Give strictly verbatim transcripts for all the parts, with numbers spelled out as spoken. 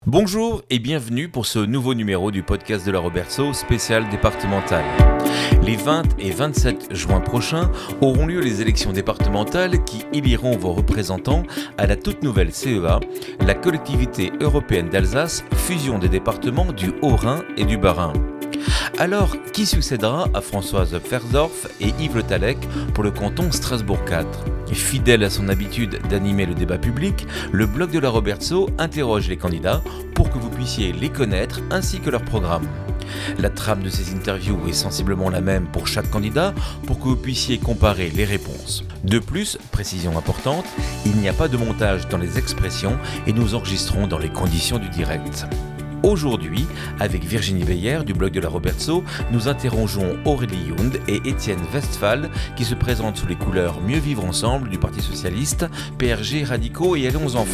Bonjour et bienvenue pour ce nouveau numéro du podcast de la Robertso spécial départemental. Les vingt et vingt-sept juin prochains auront lieu les élections départementales qui éliront vos représentants à la toute nouvelle C E A, la collectivité européenne d'Alsace, fusion des départements du Haut-Rhin et du Bas-Rhin. Alors, qui succédera à Françoise Pfersdorf et Yves Le Tallec pour le canton Strasbourg quatre ? Fidèle à son habitude d'animer le débat public, le blog de la Robertso interroge les candidats pour que vous puissiez les connaître ainsi que leur programme. La trame de ces interviews est sensiblement la même pour chaque candidat pour que vous puissiez comparer les réponses. De plus, précision importante, il n'y a pas de montage dans les expressions et nous enregistrons dans les conditions du direct. Aujourd'hui, avec Virginie Beyer du blog de la Robertso, nous interrogeons Aurélie Yound et Étienne Westphal qui se présentent sous les couleurs Mieux vivre ensemble du Parti socialiste, P R G, radicaux et Allons enfants.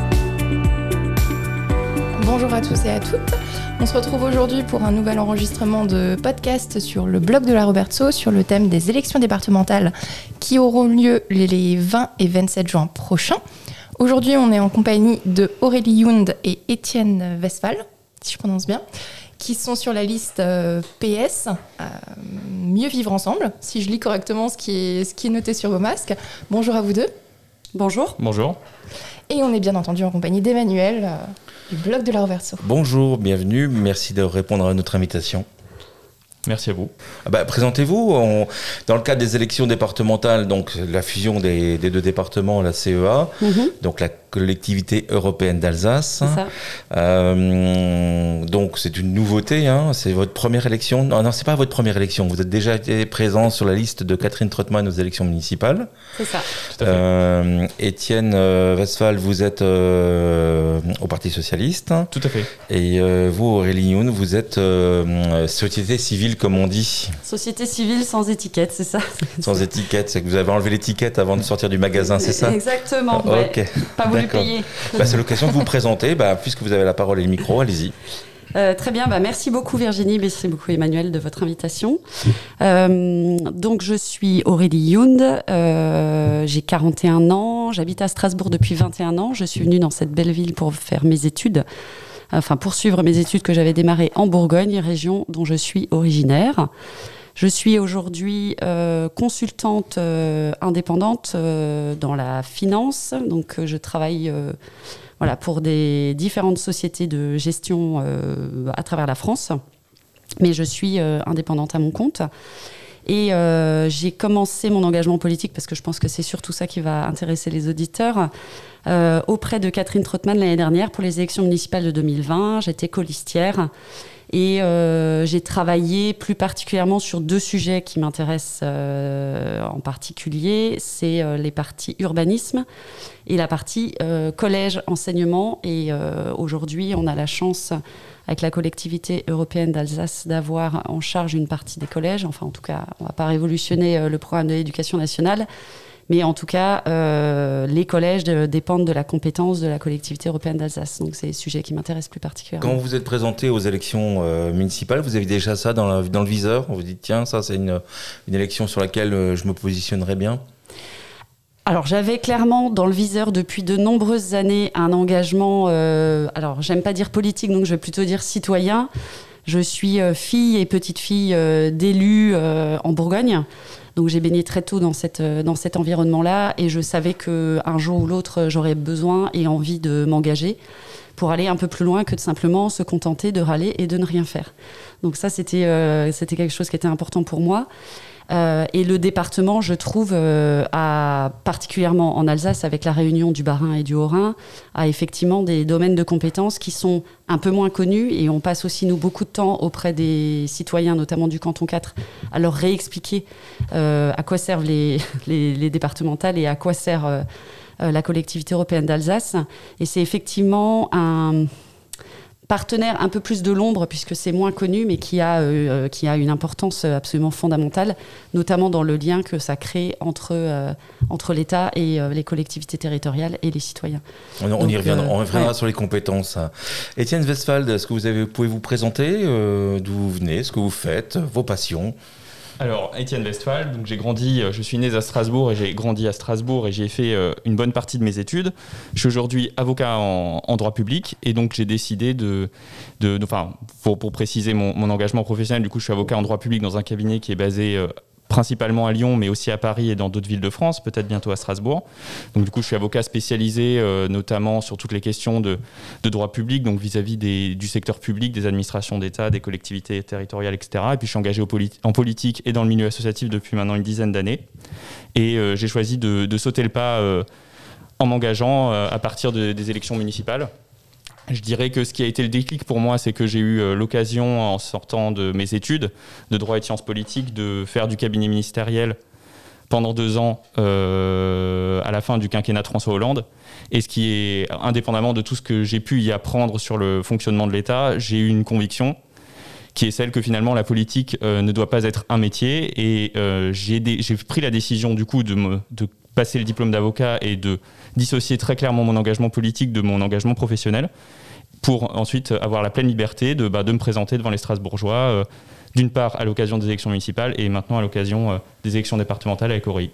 Bonjour à tous et à toutes. On se retrouve aujourd'hui pour un nouvel enregistrement de podcast sur le blog de la Robertso sur le thème des élections départementales qui auront lieu les vingt et vingt-sept juin prochains. Aujourd'hui, on est en compagnie de Aurélie Yound et Étienne Westphal, si je prononce bien, qui sont sur la liste euh, P S, euh, Mieux vivre ensemble, si je lis correctement ce qui est, ce qui est noté sur vos masques. Bonjour à vous deux. Bonjour. Bonjour. Et on est bien entendu en compagnie d'Emmanuel, euh, du blog de la Robertso. Bonjour, bienvenue, merci de répondre à notre invitation. Merci à vous. Ah bah, présentez-vous. On, dans le cadre des élections départementales, donc la fusion des, des deux départements, la C E A, mm-hmm. donc la collectivité européenne d'Alsace. C'est ça. Euh, donc c'est une nouveauté. Hein, c'est votre première élection. Non, non, c'est pas votre première élection. Vous êtes déjà été présent sur la liste de Catherine Trottmann aux élections municipales. C'est ça. Tout à fait. Euh, Étienne euh, Westphal, vous êtes euh, au Parti socialiste. Tout à fait. Et euh, vous, Aurélie Yound, vous êtes euh, société civile, comme on dit. Société civile sans étiquette, c'est ça. Sans étiquette, c'est que vous avez enlevé l'étiquette avant de sortir du magasin, c'est ça ? Exactement. Ah, ouais. Ok. Pas voulu D'accord. payer. Bah, c'est l'occasion de vous présenter, bah, puisque vous avez la parole et le micro, allez-y. Euh, très bien, bah, merci beaucoup Virginie, merci beaucoup Emmanuel de votre invitation. Euh, donc je suis Aurélie Yound, euh, j'ai quarante et un ans, j'habite à Strasbourg depuis vingt et un ans, je suis venue dans cette belle ville pour faire mes études, enfin poursuivre mes études que j'avais démarrées en Bourgogne, région dont je suis originaire. Je suis aujourd'hui euh, consultante euh, indépendante euh, dans la finance, donc euh, je travaille euh, voilà, pour des différentes sociétés de gestion euh, à travers la France, mais je suis euh, indépendante à mon compte. Et euh, j'ai commencé mon engagement politique, parce que je pense que c'est surtout ça qui va intéresser les auditeurs, euh, auprès de Catherine Trottmann l'année dernière pour les élections municipales de deux mille vingt. J'étais colistière. Et euh, j'ai travaillé plus particulièrement sur deux sujets qui m'intéressent euh, en particulier. C'est euh, les parties urbanisme et la partie euh, collège enseignement. Et euh, aujourd'hui, on a la chance, avec la collectivité européenne d'Alsace, d'avoir en charge une partie des collèges. Enfin, en tout cas, on ne va pas révolutionner euh, le programme de l'éducation nationale. Mais en tout cas, euh, les collèges de, dépendent de la compétence de la collectivité européenne d'Alsace. Donc, c'est des sujets qui m'intéressent plus particulièrement. Quand vous vous êtes présenté aux élections euh, municipales, vous avez déjà ça dans, la, dans le viseur ? On vous dit, tiens, ça, c'est une, une élection sur laquelle euh, je me positionnerai bien ? Alors, j'avais clairement dans le viseur depuis de nombreuses années un engagement, euh, alors, j'aime pas dire politique, donc je vais plutôt dire citoyen. Je suis euh, fille et petite fille euh, d'élus euh, en Bourgogne. Donc j'ai baigné très tôt dans, cette, dans cet environnement-là et je savais qu'un jour ou l'autre, j'aurais besoin et envie de m'engager pour aller un peu plus loin que de simplement se contenter de râler et de ne rien faire. Donc ça, c'était, euh, c'était quelque chose qui était important pour moi. Euh, et le département, je trouve, euh, a, particulièrement en Alsace, avec la réunion du Bas-Rhin et du Haut-Rhin, a effectivement des domaines de compétences qui sont un peu moins connus et on passe aussi, nous, beaucoup de temps auprès des citoyens, notamment du canton quatre, à leur réexpliquer euh, à quoi servent les, les, les départementales et à quoi sert euh, la collectivité européenne d'Alsace. Et c'est effectivement un partenaire un peu plus de l'ombre, puisque c'est moins connu, mais qui a, euh, qui a une importance absolument fondamentale, notamment dans le lien que ça crée entre, euh, entre l'État et euh, les collectivités territoriales et les citoyens. On, on Donc, y reviendra, euh, on reviendra ouais. sur les compétences. Étienne Westphal, est-ce que vous avez, pouvez vous présenter euh, d'où vous venez, ce que vous faites, vos passions ? Alors, Étienne Westphal, donc j'ai grandi, je suis né à Strasbourg et j'ai grandi à Strasbourg et j'y ai fait euh, une bonne partie de mes études. Je suis aujourd'hui avocat en, en droit public et donc j'ai décidé de, de, de enfin, pour, pour préciser mon, mon engagement professionnel, du coup, je suis avocat en droit public dans un cabinet qui est basé euh, principalement à Lyon, mais aussi à Paris et dans d'autres villes de France, peut-être bientôt à Strasbourg. Donc du coup, je suis avocat spécialisé euh, notamment sur toutes les questions de, de droit public, donc vis-à-vis des, du secteur public, des administrations d'État, des collectivités territoriales, et cetera. Et puis je suis engagé au politi- en politique et dans le milieu associatif depuis maintenant une dizaine d'années. Et euh, j'ai choisi de, de sauter le pas euh, en m'engageant euh, à partir de, des élections municipales. Je dirais que ce qui a été le déclic pour moi, c'est que j'ai eu euh, l'occasion, en sortant de mes études de droit et de sciences politiques, de faire du cabinet ministériel pendant deux ans euh, à la fin du quinquennat de François Hollande. Et ce qui est, indépendamment de tout ce que j'ai pu y apprendre sur le fonctionnement de l'État, j'ai eu une conviction qui est celle que finalement la politique euh, ne doit pas être un métier. Et euh, j'ai, dé- j'ai pris la décision du coup de, me, de passer le diplôme d'avocat et de dissocier très clairement mon engagement politique de mon engagement professionnel pour ensuite avoir la pleine liberté de, bah, de me présenter devant les Strasbourgeois, euh, d'une part à l'occasion des élections municipales et maintenant à l'occasion euh, des élections départementales avec Aurélie.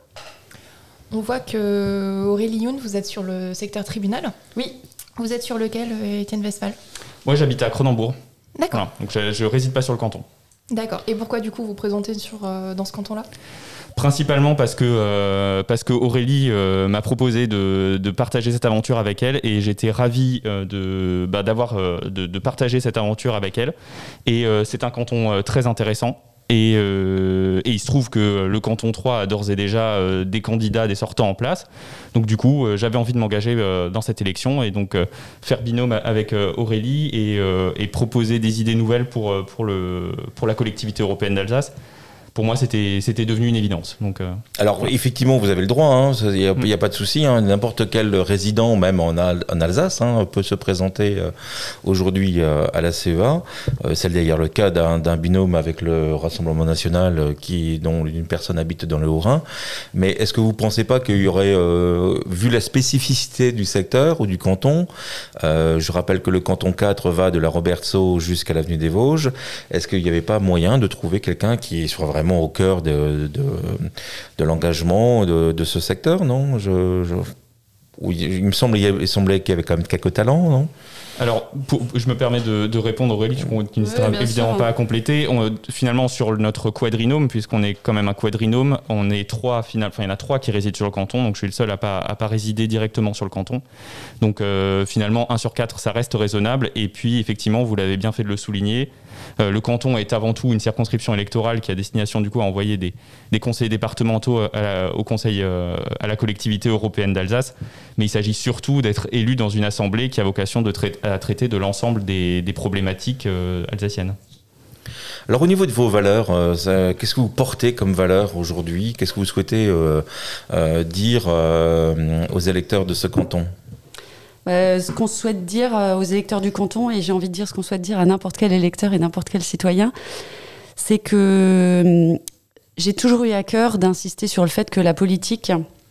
On voit que Aurélie Youn, vous êtes sur le secteur tribunal. Oui. Vous êtes sur lequel, Étienne Westphal ? Moi, j'habite à Cronenbourg. D'accord. Voilà, donc je ne réside pas sur le canton. D'accord. Et pourquoi du coup vous présentez sur, euh, dans ce canton-là ? Principalement parce que, euh, parce que Aurélie euh, m'a proposé de, de partager cette aventure avec elle et j'étais ravi euh, de, bah, d'avoir, euh, de, de partager cette aventure avec elle. Et euh, c'est un canton euh, très intéressant. Et, euh, et il se trouve que le canton trois a d'ores et déjà euh, des candidats, des sortants en place. Donc du coup, euh, j'avais envie de m'engager euh, dans cette élection et donc euh, faire binôme avec euh, Aurélie et, euh, et proposer des idées nouvelles pour, pour, le, pour la collectivité européenne d'Alsace. Pour moi, c'était, c'était devenu une évidence. Donc, euh, Alors, voilà. Effectivement, vous avez le droit, il n'y a, Mm. y a pas de souci. Hein, n'importe quel résident, même en, Al- en Alsace, hein, peut se présenter euh, aujourd'hui euh, à la C E A. Euh, c'est d'ailleurs le cas d'un, d'un binôme avec le Rassemblement national euh, qui, dont une personne habite dans le Haut-Rhin. Mais est-ce que vous ne pensez pas qu'il y aurait, euh, vu la spécificité du secteur ou du canton, euh, je rappelle que le canton quatre va de la Robertsau jusqu'à l'avenue des Vosges, est-ce qu'il n'y avait pas moyen de trouver quelqu'un qui soit vraiment au cœur de, de, de l'engagement de, de ce secteur, non je, je, oui, il me semble, il semblait qu'il y avait quand même quelques talents, non? Alors, pour, je me permets de, de répondre Aurélie, qui n'hésitera Oui, évidemment sûr. pas à compléter. On, finalement, sur notre quadrinôme, puisqu'on est quand même un quadrinôme, on est trois, final, enfin, il y en a trois qui résident sur le canton, donc je suis le seul à pas, à pas résider directement sur le canton. Donc euh, finalement, un sur quatre, ça reste raisonnable. Et puis, effectivement, vous l'avez bien fait de le souligner, euh, le canton est avant tout une circonscription électorale qui a destination du coup à envoyer des, des conseillers départementaux à la, au conseil, euh, à la collectivité européenne d'Alsace. Mais il s'agit surtout d'être élu dans une assemblée qui a vocation de traiter à traiter de l'ensemble des, des problématiques euh, alsaciennes. Alors au niveau de vos valeurs, euh, ça, qu'est-ce que vous portez comme valeur aujourd'hui? Qu'est-ce que vous souhaitez euh, euh, dire euh, aux électeurs de ce canton? Euh, ce qu'on souhaite dire euh, aux électeurs du canton, et j'ai envie de dire ce qu'on souhaite dire à n'importe quel électeur et n'importe quel citoyen, c'est que euh, j'ai toujours eu à cœur d'insister sur le fait que la politique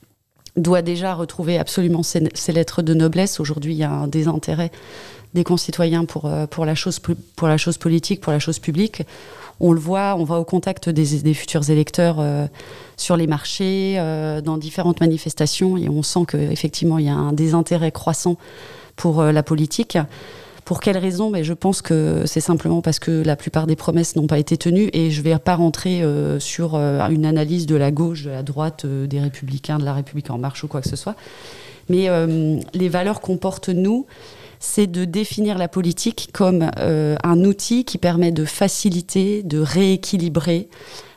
doit déjà retrouver absolument ses, ses lettres de noblesse. Aujourd'hui, il y a un désintérêt des concitoyens pour, pour, la chose, pour la chose politique, pour la chose publique. On le voit, on va au contact des, des futurs électeurs euh, sur les marchés, euh, dans différentes manifestations, et on sent qu'effectivement, il y a un désintérêt croissant pour euh, la politique. Pour quelles raisons? Mais je pense que c'est simplement parce que la plupart des promesses n'ont pas été tenues, et je ne vais pas rentrer euh, sur euh, une analyse de la gauche, de la droite, euh, des Républicains, de la République En Marche ou quoi que ce soit. Mais euh, les valeurs qu'on porte, nous, c'est de définir la politique comme euh, un outil qui permet de faciliter, de rééquilibrer,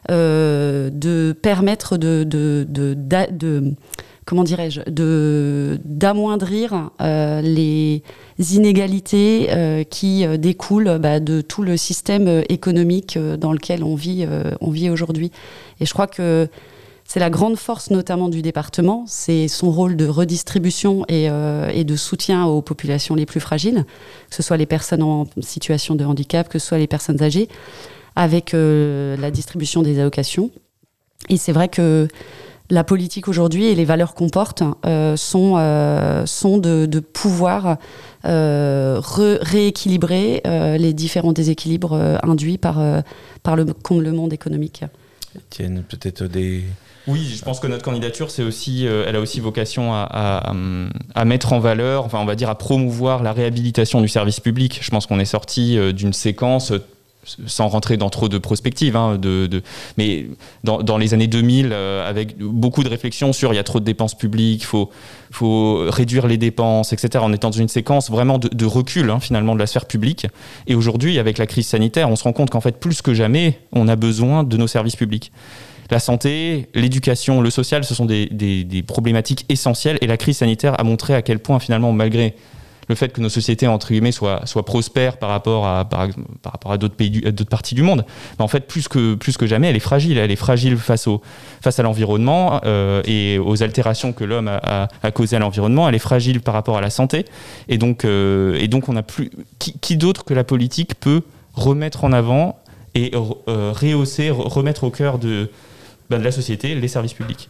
euh, de permettre de... de, de, de, de comment dirais-je, de, d'amoindrir euh, les inégalités euh, qui euh, découlent bah, de tout le système économique euh, dans lequel on vit, euh, on vit aujourd'hui. Et je crois que c'est la grande force notamment du département, c'est son rôle de redistribution et, euh, et de soutien aux populations les plus fragiles, que ce soit les personnes en situation de handicap, que ce soit les personnes âgées, avec euh, la distribution des allocations. Et c'est vrai que la politique aujourd'hui et les valeurs qu'on porte euh, sont, euh, sont de, de pouvoir euh, re- rééquilibrer euh, les différents déséquilibres euh, induits par, euh, par le, le monde économique. Tiennent peut-être des... Oui, je pense que notre candidature, c'est aussi, euh, elle a aussi vocation à, à, à mettre en valeur, enfin on va dire à promouvoir la réhabilitation du service public. Je pense qu'on est sorti euh, d'une séquence, euh, sans rentrer dans trop de prospectives, hein, de, de, mais dans, dans les années deux mille, euh, avec beaucoup de réflexions sur il y a trop de dépenses publiques, il faut, faut réduire les dépenses, et cetera. On est dans une séquence vraiment de, de recul hein, finalement de la sphère publique. Et aujourd'hui, avec la crise sanitaire, on se rend compte qu'en fait, plus que jamais, on a besoin de nos services publics. La santé, l'éducation, le social, ce sont des, des, des problématiques essentielles. Et la crise sanitaire a montré à quel point, finalement, malgré le fait que nos sociétés, entre guillemets, soient, soient prospères par rapport à, par, par rapport à d'autres pays, du, à d'autres parties du monde, ben en fait, plus que, plus que jamais, elle est fragile. Elle est fragile face, au, face à l'environnement euh, et aux altérations que l'homme a, a, a causées à l'environnement. Elle est fragile par rapport à la santé. Et donc, euh, et donc on a plus... Qui, qui d'autre que la politique peut remettre en avant et euh, rehausser, remettre au cœur de... Ben de la société, les services publics.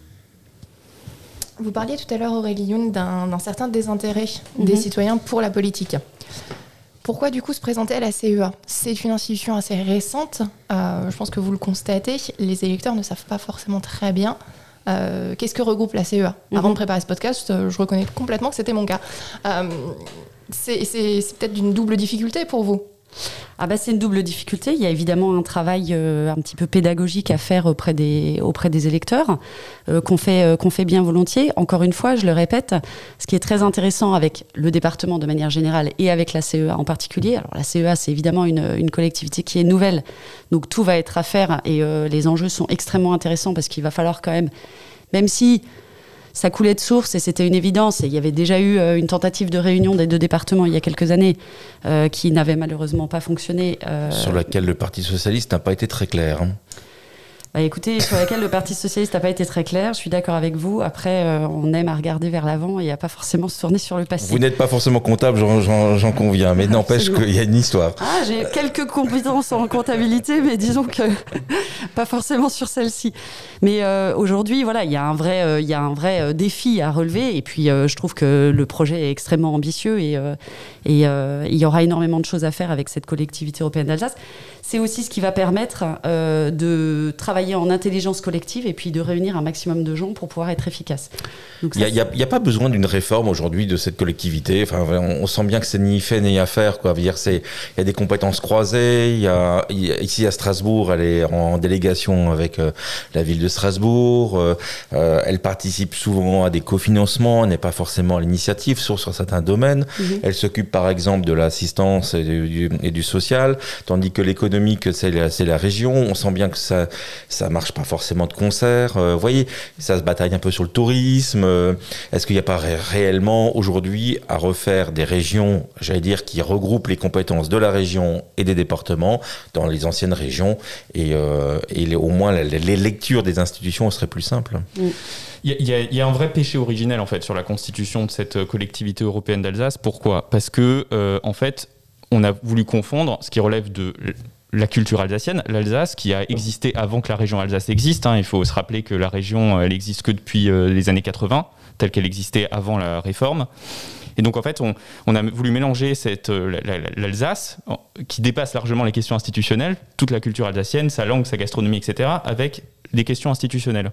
Vous parliez tout à l'heure, Aurélie Youn, d'un, d'un certain désintérêt mmh. des citoyens pour la politique. Pourquoi du coup se présenter à la C E A ? C'est une institution assez récente, euh, je pense que vous le constatez, les électeurs ne savent pas forcément très bien euh, qu'est-ce que regroupe la C E A. Mmh. Avant de préparer ce podcast, euh, je reconnais complètement que c'était mon cas. Euh, c'est, c'est, c'est peut-être d'une double difficulté pour vous ? Ah bah c'est une double difficulté. Il y a évidemment un travail euh, un petit peu pédagogique à faire auprès des, auprès des électeurs, euh, qu'on fait, euh, qu'on fait bien volontiers. Encore une fois, je le répète, ce qui est très intéressant avec le département de manière générale et avec la C E A en particulier. Alors la C E A, c'est évidemment une, une collectivité qui est nouvelle, donc tout va être à faire et euh, les enjeux sont extrêmement intéressants parce qu'il va falloir quand même, même si ça coulait de source et c'était une évidence. Et il y avait déjà eu euh, une tentative de réunion des deux départements il y a quelques années euh, qui n'avait malheureusement pas fonctionné. Euh... Sur laquelle le Parti Socialiste n'a pas été très clair. Hein. Bah écoutez, sur laquelle le Parti Socialiste n'a pas été très clair, je suis d'accord avec vous. Après, euh, on aime à regarder vers l'avant et à pas forcément se tourner sur le passé. Vous n'êtes pas forcément comptable, j'en, j'en, j'en conviens, mais n'empêche qu'il y a une histoire. Ah, j'ai quelques compétences en comptabilité, mais disons que pas forcément sur celle-ci. Mais euh, aujourd'hui, voilà, il y a un vrai, euh, il y a un vrai euh, défi à relever. Et puis, euh, je trouve que le projet est extrêmement ambitieux et, euh, et euh, il y aura énormément de choses à faire avec cette collectivité européenne d'Alsace. C'est aussi ce qui va permettre euh, de travailler en intelligence collective et puis de réunir un maximum de gens pour pouvoir être efficace. Il n'y a, a, a pas besoin d'une réforme aujourd'hui de cette collectivité. Enfin, on, on sent bien que c'est ni fait ni à faire, quoi. Il y a des compétences croisées. Il y a, il y a, ici à Strasbourg, elle est en délégation avec euh, la ville de Strasbourg. Euh, euh, elle participe souvent à des cofinancements. Elle n'est pas forcément à l'initiative sur, sur certains domaines. Mmh. Elle s'occupe par exemple de l'assistance et du, et du social, tandis que l'économie, c'est la, c'est la région. On sent bien que ça ça marche pas forcément de concert. Euh, vous voyez, ça se bataille un peu sur le tourisme. Euh, est-ce qu'il n'y a pas ré- réellement aujourd'hui à refaire des régions, j'allais dire, qui regroupent les compétences de la région et des départements dans les anciennes régions et, euh, et les, au moins les, les lectures des institutions seraient plus simples. Mm. Il y, a, il y a un vrai péché originel en fait sur la constitution de cette collectivité européenne d'Alsace. Pourquoi ? Parce que euh, en fait, on a voulu confondre ce qui relève de la culture alsacienne, l'Alsace, qui a existé avant que la région Alsace existe. Hein. Il faut se rappeler que la région, elle existe que depuis euh, les années quatre-vingts, telle qu'elle existait avant la réforme. Et donc, en fait, on, on a voulu mélanger cette, euh, l'Alsace, qui dépasse largement les questions institutionnelles, toute la culture alsacienne, sa langue, sa gastronomie, et cetera, avec des questions institutionnelles.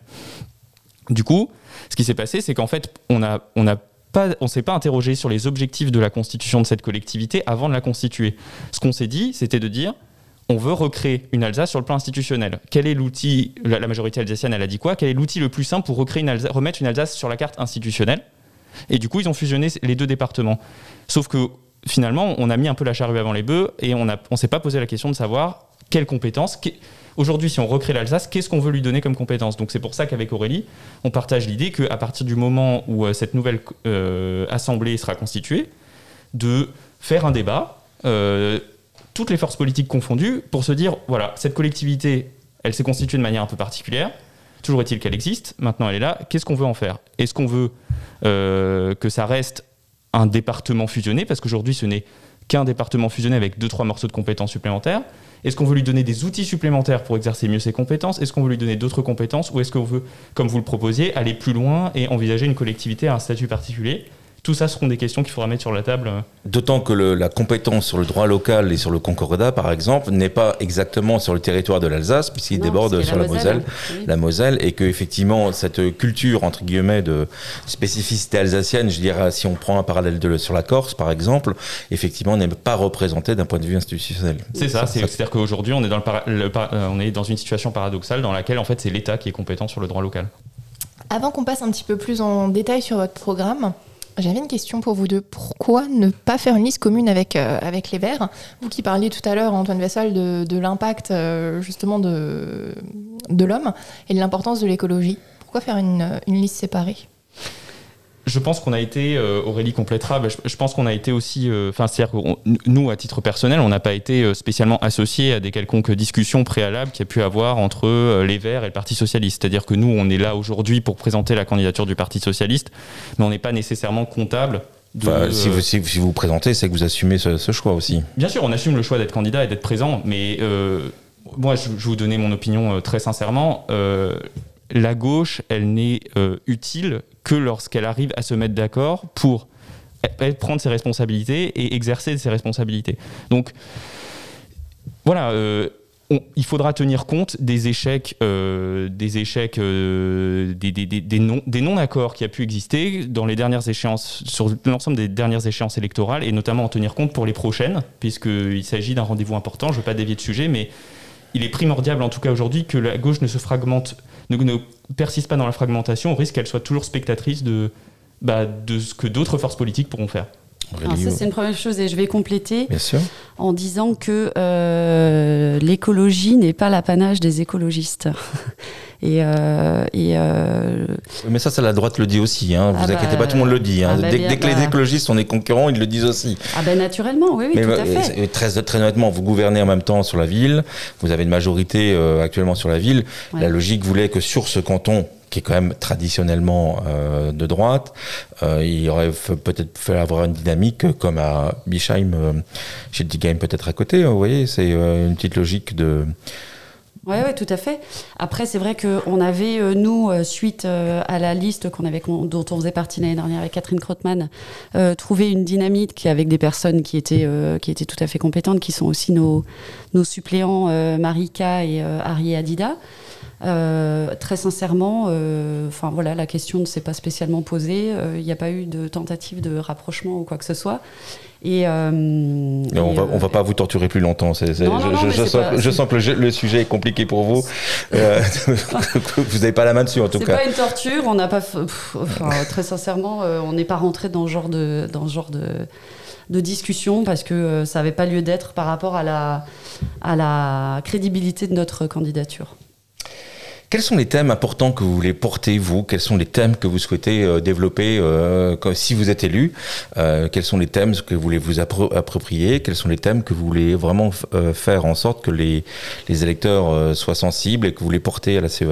Du coup, ce qui s'est passé, c'est qu'en fait, on a, on a Pas, on ne s'est pas interrogé sur les objectifs de la constitution de cette collectivité avant de la constituer. Ce qu'on s'est dit, c'était de dire, on veut recréer une Alsace sur le plan institutionnel. Quel est l'outil, la, la majorité alsacienne, elle a dit quoi ? Quel est l'outil le plus simple pour recréer une Alsace, remettre une Alsace sur la carte institutionnelle ? Et du coup, ils ont fusionné les deux départements. Sauf que finalement, on a mis un peu la charrue avant les bœufs et on ne on s'est pas posé la question de savoir quelles compétences... Qu- Aujourd'hui, si on recrée l'Alsace, qu'est-ce qu'on veut lui donner comme compétence ? Donc c'est pour ça qu'avec Aurélie, on partage l'idée qu'à partir du moment où euh, cette nouvelle euh, assemblée sera constituée, de faire un débat, euh, toutes les forces politiques confondues, pour se dire, voilà, cette collectivité, elle s'est constituée de manière un peu particulière, toujours est-il qu'elle existe, maintenant elle est là, qu'est-ce qu'on veut en faire ? Est-ce qu'on veut euh, que ça reste un département fusionné ? Parce qu'aujourd'hui, ce n'est qu'un département fusionné avec deux, trois morceaux de compétences supplémentaires. Est-ce qu'on veut lui donner des outils supplémentaires pour exercer mieux ses compétences ? Est-ce qu'on veut lui donner d'autres compétences ? Ou est-ce qu'on veut, comme vous le proposiez, aller plus loin et envisager une collectivité à un statut particulier ? tout ça seront des questions qu'il faudra mettre sur la table. D'autant que le, la compétence sur le droit local et sur le concordat, par exemple, n'est pas exactement sur le territoire de l'Alsace, puisqu'il Non, déborde parce sur qu'il y la a Moselle, oui. la Moselle, et que effectivement cette culture entre guillemets de spécificité alsacienne, je dirais, si on prend un parallèle de, sur la Corse, par exemple, effectivement, n'est pas représentée d'un point de vue institutionnel. C'est ça, ça, c'est, ça... c'est-à-dire qu'aujourd'hui, on est dans le, para- le par- euh, on est dans une situation paradoxale dans laquelle en fait c'est l'État qui est compétent sur le droit local. Avant qu'on passe un petit peu plus en détail sur votre programme, j'avais une question pour vous deux. Pourquoi ne pas faire une liste commune avec, euh, avec les Verts ? Vous qui parliez tout à l'heure, Antoine Vessal, de, de l'impact euh, justement de, de l'homme et de l'importance de l'écologie. Pourquoi faire une, une liste séparée ? Je pense qu'on a été, euh, Aurélie complétera, bah, je, je pense qu'on a été aussi, enfin, euh, c'est-à-dire que nous, à titre personnel, on n'a pas été spécialement associés à des quelconques discussions préalables qu'il y a pu avoir entre euh, les Verts et le Parti Socialiste. C'est-à-dire que nous, on est là aujourd'hui pour présenter la candidature du Parti Socialiste, mais on n'est pas nécessairement comptable. De, enfin, si, euh, vous, si, si vous vous présentez, c'est que vous assumez ce, ce choix aussi. Bien sûr, on assume le choix d'être candidat et d'être présent, mais euh, moi, je, je vais vous donner mon opinion euh, très sincèrement. Euh, la gauche, elle n'est euh, utile que lorsqu'elle arrive à se mettre d'accord pour prendre ses responsabilités et exercer ses responsabilités. Donc, voilà, euh, on, il faudra tenir compte des échecs, euh, des, échecs euh, des, des, des, des, non, des non-accords qui a pu exister dans les dernières échéances, sur l'ensemble des dernières échéances électorales, et notamment en tenir compte pour les prochaines, puisqu'il s'agit d'un rendez-vous important. Je ne veux pas dévier de sujet, mais il est primordial, en tout cas aujourd'hui, que la gauche ne se fragmente, ne, ne persiste pas dans la fragmentation, au risque qu'elle soit toujours spectatrice de, bah, de ce que d'autres forces politiques pourront faire. Alors ça, c'est une première chose, et je vais compléter Bien sûr. en disant que euh, l'écologie n'est pas l'apanage des écologistes. Et, euh, et euh... Mais ça, ça la droite le dit aussi. Hein. Vous ah inquiétez bah, pas, tout le monde le dit. Hein. Ah bah dès, bien, dès que bah... les écologistes sont des concurrents, ils le disent aussi. Ah ben naturellement, oui, oui, Mais tout bah, à fait. Et très, très honnêtement, vous gouvernez en même temps sur la ville. Vous avez une majorité euh, actuellement sur la ville. Ouais. La logique voulait que sur ce canton, qui est quand même traditionnellement euh, de droite, euh, il aurait f- peut-être fallu avoir une dynamique comme à Bischheim, euh, chez Digheim peut-être à côté. Vous voyez, c'est euh, une petite logique de... Oui, ouais, tout à fait. Après, c'est vrai qu'on avait, euh, nous, euh, suite euh, à la liste qu'on avait, qu'on, dont on faisait partie l'année dernière avec Catherine Krottmann, euh, trouvé une dynamique avec des personnes qui étaient, euh, qui étaient tout à fait compétentes, qui sont aussi nos, nos suppléants euh, Marika et euh, Harry Adida. Euh, très sincèrement, euh, enfin voilà, la question ne s'est pas spécialement posée. Il euh, n'y a pas eu de tentative de rapprochement ou quoi que ce soit. Et, euh, et on va, euh, on va pas vous torturer plus longtemps. C'est, c'est, non, je, non, non, je, je, sens, pas, je sens que le, le sujet est compliqué pour vous. euh, vous n'avez pas la main dessus en tout c'est cas. C'est pas une torture. On n'a pas. Pff, enfin, très sincèrement, euh, on n'est pas rentré dans ce genre de, dans ce genre de, de discussion parce que euh, ça n'avait pas lieu d'être par rapport à la, à la crédibilité de notre candidature. Quels sont les thèmes importants que vous voulez porter, vous ? Quels sont les thèmes que vous souhaitez euh, développer euh, quand, si vous êtes élu ? euh, Quels sont les thèmes que vous voulez vous appro- approprier ? Quels sont les thèmes que vous voulez vraiment f- euh, faire en sorte que les, les électeurs euh, soient sensibles et que vous les portez à la C E A ?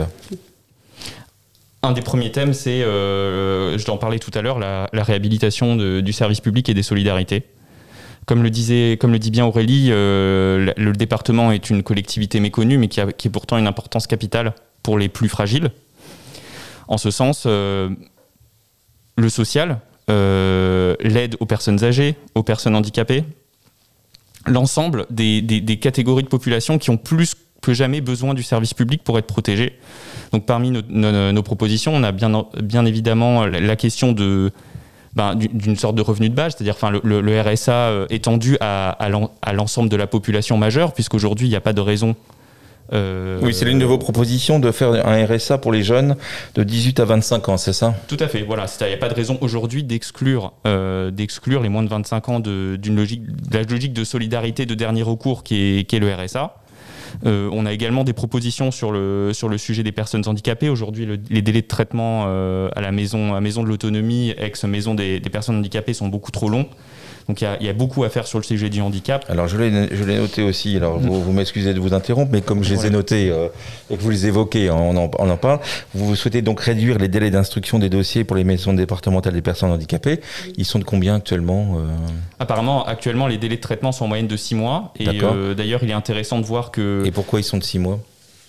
Un des premiers thèmes, c'est, euh, je t'en parlais tout à l'heure, la, la réhabilitation de, du service public et des solidarités. Comme le, disait, comme le dit bien Aurélie, euh, le, le département est une collectivité méconnue, mais qui a, qui a pourtant une importance capitale pour les plus fragiles. En ce sens, euh, le social, euh, l'aide aux personnes âgées, aux personnes handicapées, l'ensemble des, des, des catégories de population qui ont plus que jamais besoin du service public pour être protégées. Donc parmi nos, nos, nos propositions, on a bien, bien évidemment la question de, ben, d'une sorte de revenu de base, c'est-à-dire enfin, le, le, le R S A étendu à, à, l'en, à l'ensemble de la population majeure, puisqu'aujourd'hui, il n'y a pas de raison. Euh, oui, c'est l'une de vos propositions de faire un R S A pour les jeunes de dix-huit à vingt-cinq ans, c'est ça ? Tout à fait, voilà. Il n'y a pas de raison aujourd'hui d'exclure, euh, d'exclure les moins de vingt-cinq ans de, d'une logique, de la logique de solidarité de dernier recours qui est, qui est le R S A. Euh, on a également des propositions sur le, sur le sujet des personnes handicapées. Aujourd'hui, le, les délais de traitement euh, à la maison, à maison de l'autonomie, ex-maison des, des personnes handicapées, sont beaucoup trop longs. Donc il y, y a beaucoup à faire sur le sujet du handicap. Alors je l'ai, je l'ai noté aussi, alors mmh. vous, vous m'excusez de vous interrompre, mais comme je les ai notés euh, et que vous les évoquez, on en, on en parle, vous souhaitez donc réduire les délais d'instruction des dossiers pour les maisons départementales des personnes handicapées. Ils sont de combien actuellement euh... Apparemment, actuellement, les délais de traitement sont en moyenne de six mois. Et euh, d'ailleurs, il est intéressant de voir que... Et pourquoi ils sont de six mois ?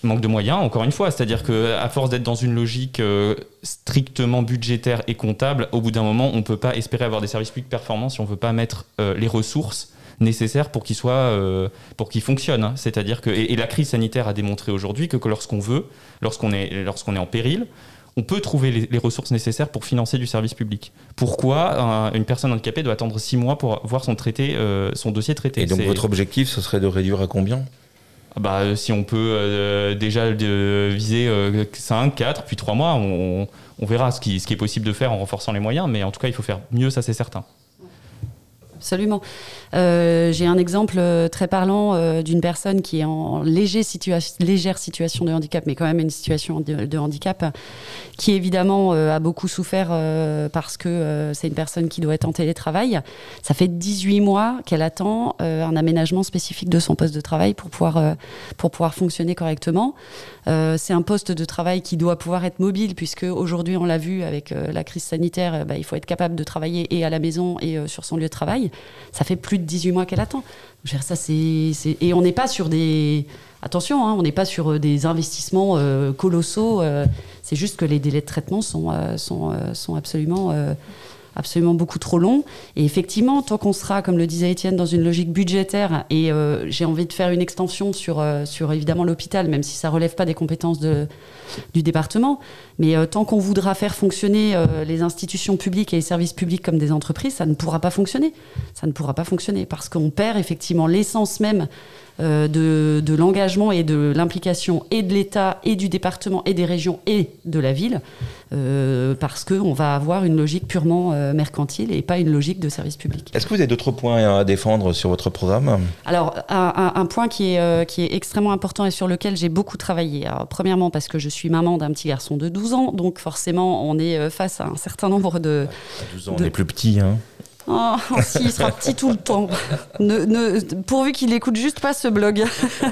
Manque de moyens, encore une fois, c'est-à-dire qu'à force d'être dans une logique euh, strictement budgétaire et comptable, au bout d'un moment, on ne peut pas espérer avoir des services publics performants si on ne veut pas mettre euh, les ressources nécessaires pour qu'ils soient, euh, pour qu'ils fonctionnent. C'est-à-dire que, et, et la crise sanitaire a démontré aujourd'hui que, que lorsqu'on veut, lorsqu'on est, lorsqu'on est en péril, on peut trouver les, les ressources nécessaires pour financer du service public. Pourquoi un, une personne handicapée doit attendre six mois pour voir son, traité, euh, son dossier traité? Et donc C'est... votre objectif, ce serait de réduire à combien ? Bah, si on peut euh, déjà de viser euh, cinq, quatre, puis trois mois, on, on verra ce qui, ce qui est possible de faire en renforçant les moyens, mais en tout cas, il faut faire mieux, ça c'est certain. Absolument. Euh, j'ai un exemple très parlant euh, d'une personne qui est en léger situa- légère situation de handicap, mais quand même une situation de, de handicap, qui évidemment euh, a beaucoup souffert euh, parce que euh, c'est une personne qui doit être en télétravail. Ça fait dix-huit mois qu'elle attend euh, un aménagement spécifique de son poste de travail pour pouvoir, euh, pour pouvoir fonctionner correctement. Euh, c'est un poste de travail qui doit pouvoir être mobile, puisque aujourd'hui, on l'a vu avec euh, la crise sanitaire, euh, bah, il faut être capable de travailler et à la maison et euh, sur son lieu de travail. Ça fait plus de dix-huit mois qu'elle attend. Donc, ça, c'est, c'est... Et on n'est pas sur des... Attention, hein, on n'est pas sur des investissements euh, colossaux. Euh, c'est juste que les délais de traitement sont, euh, sont, euh, sont absolument... Euh, absolument beaucoup trop long. Et effectivement, tant qu'on sera, comme le disait Étienne, dans une logique budgétaire, et euh, j'ai envie de faire une extension sur, euh, sur évidemment l'hôpital, même si ça ne relève pas des compétences de, du département, mais euh, tant qu'on voudra faire fonctionner euh, les institutions publiques et les services publics comme des entreprises, ça ne pourra pas fonctionner. Ça ne pourra pas fonctionner parce qu'on perd effectivement l'essence même euh, de, de l'engagement et de l'implication et de l'État et du département et des régions et de la ville, euh, parce qu'on va avoir une logique purement euh, mercantile et pas une logique de service public. Est-ce que vous avez d'autres points à défendre sur votre programme ? Alors, un, un, un point qui est, euh, qui est extrêmement important et sur lequel j'ai beaucoup travaillé. Alors, premièrement, parce que je suis maman d'un petit garçon de douze ans, donc forcément, on est face à un certain nombre de... À douze ans, de... on est plus petit, hein. Oh, si, il sera petit tout le temps. Ne, ne, pourvu qu'il n'écoute juste pas ce blog.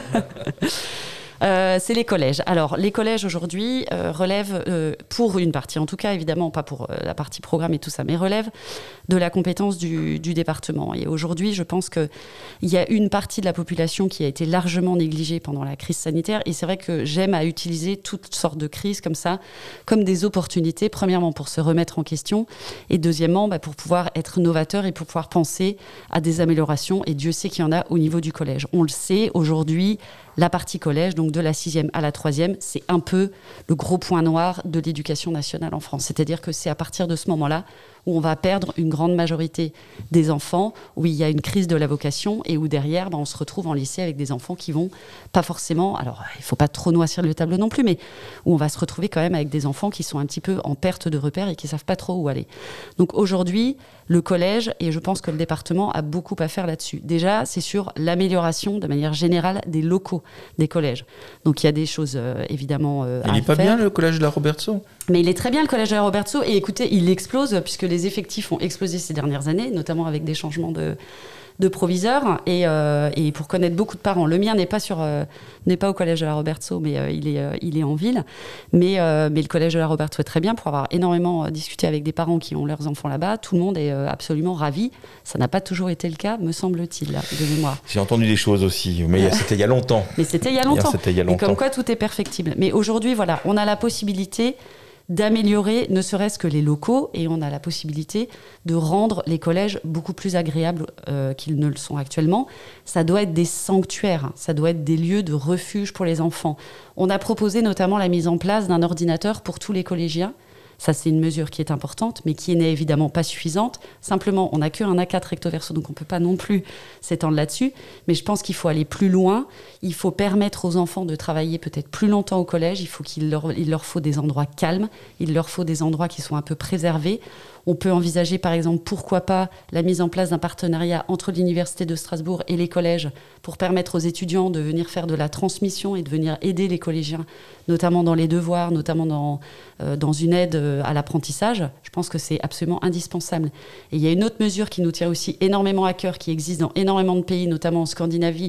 Euh, c'est les collèges. Alors, les collèges aujourd'hui euh, relèvent, euh, pour une partie en tout cas, évidemment, pas pour euh, la partie programme et tout ça, mais relèvent de la compétence du, du département. Et aujourd'hui, je pense qu'il y a une partie de la population qui a été largement négligée pendant la crise sanitaire. Et c'est vrai que j'aime à utiliser toutes sortes de crises comme ça, comme des opportunités, premièrement pour se remettre en question, et deuxièmement bah, pour pouvoir être novateur et pour pouvoir penser à des améliorations. Et Dieu sait qu'il y en a au niveau du collège. On le sait, aujourd'hui, la partie collège, donc de la sixième à la troisième, c'est un peu le gros point noir de l'éducation nationale en France. C'est-à-dire que c'est à partir de ce moment-là où on va perdre une grande majorité des enfants, où il y a une crise de la vocation et où derrière, ben, on se retrouve en lycée avec des enfants qui vont pas forcément... Alors, il ne faut pas trop noircir le tableau non plus, mais où on va se retrouver quand même avec des enfants qui sont un petit peu en perte de repères et qui ne savent pas trop où aller. Donc aujourd'hui, le collège, et je pense que le département a beaucoup à faire là-dessus. Déjà, c'est sur l'amélioration de manière générale des locaux des collèges. Donc il y a des choses euh, évidemment euh, à faire. Il n'est pas bien le collège de la Robertso ? Mais il est très bien le collège de la Robertso. Et écoutez, il explose puisque les effectifs ont explosé ces dernières années, notamment avec des changements de, de proviseurs. Et, euh, et pour connaître beaucoup de parents, le mien n'est pas, sur, euh, n'est pas au collège de la Robertso, mais euh, il, est, euh, il est en ville. Mais, euh, mais le collège de la Robertso est très bien pour avoir énormément euh, discuté avec des parents qui ont leurs enfants là-bas. Tout le monde est euh, absolument ravi. Ça n'a pas toujours été le cas, me semble-t-il, de mémoire. J'ai entendu des choses aussi, mais c'était il y a longtemps. Mais c'était il y a longtemps. C'était il y a longtemps. Et comme quoi, tout est perfectible. Mais aujourd'hui, voilà, on a la possibilité d'améliorer ne serait-ce que les locaux et on a la possibilité de rendre les collèges beaucoup plus agréables euh, qu'ils ne le sont actuellement. Ça doit être des sanctuaires, ça doit être des lieux de refuge pour les enfants. On a proposé notamment la mise en place d'un ordinateur pour tous les collégiens. Ça, c'est une mesure qui est importante, mais qui n'est évidemment pas suffisante. Simplement, on n'a qu'un A quatre recto verso, donc on ne peut pas non plus s'étendre là-dessus. Mais je pense qu'il faut aller plus loin. Il faut permettre aux enfants de travailler peut-être plus longtemps au collège. Il faut qu'il leur, il leur faut des endroits calmes. Il leur faut des endroits qui sont un peu préservés. On peut envisager, par exemple, pourquoi pas la mise en place d'un partenariat entre l'Université de Strasbourg et les collèges pour permettre aux étudiants de venir faire de la transmission et de venir aider les collégiens, notamment dans les devoirs, notamment dans, euh, dans une aide à l'apprentissage. Je pense que c'est absolument indispensable. Et il y a une autre mesure qui nous tient aussi énormément à cœur, qui existe dans énormément de pays, notamment en Scandinavie,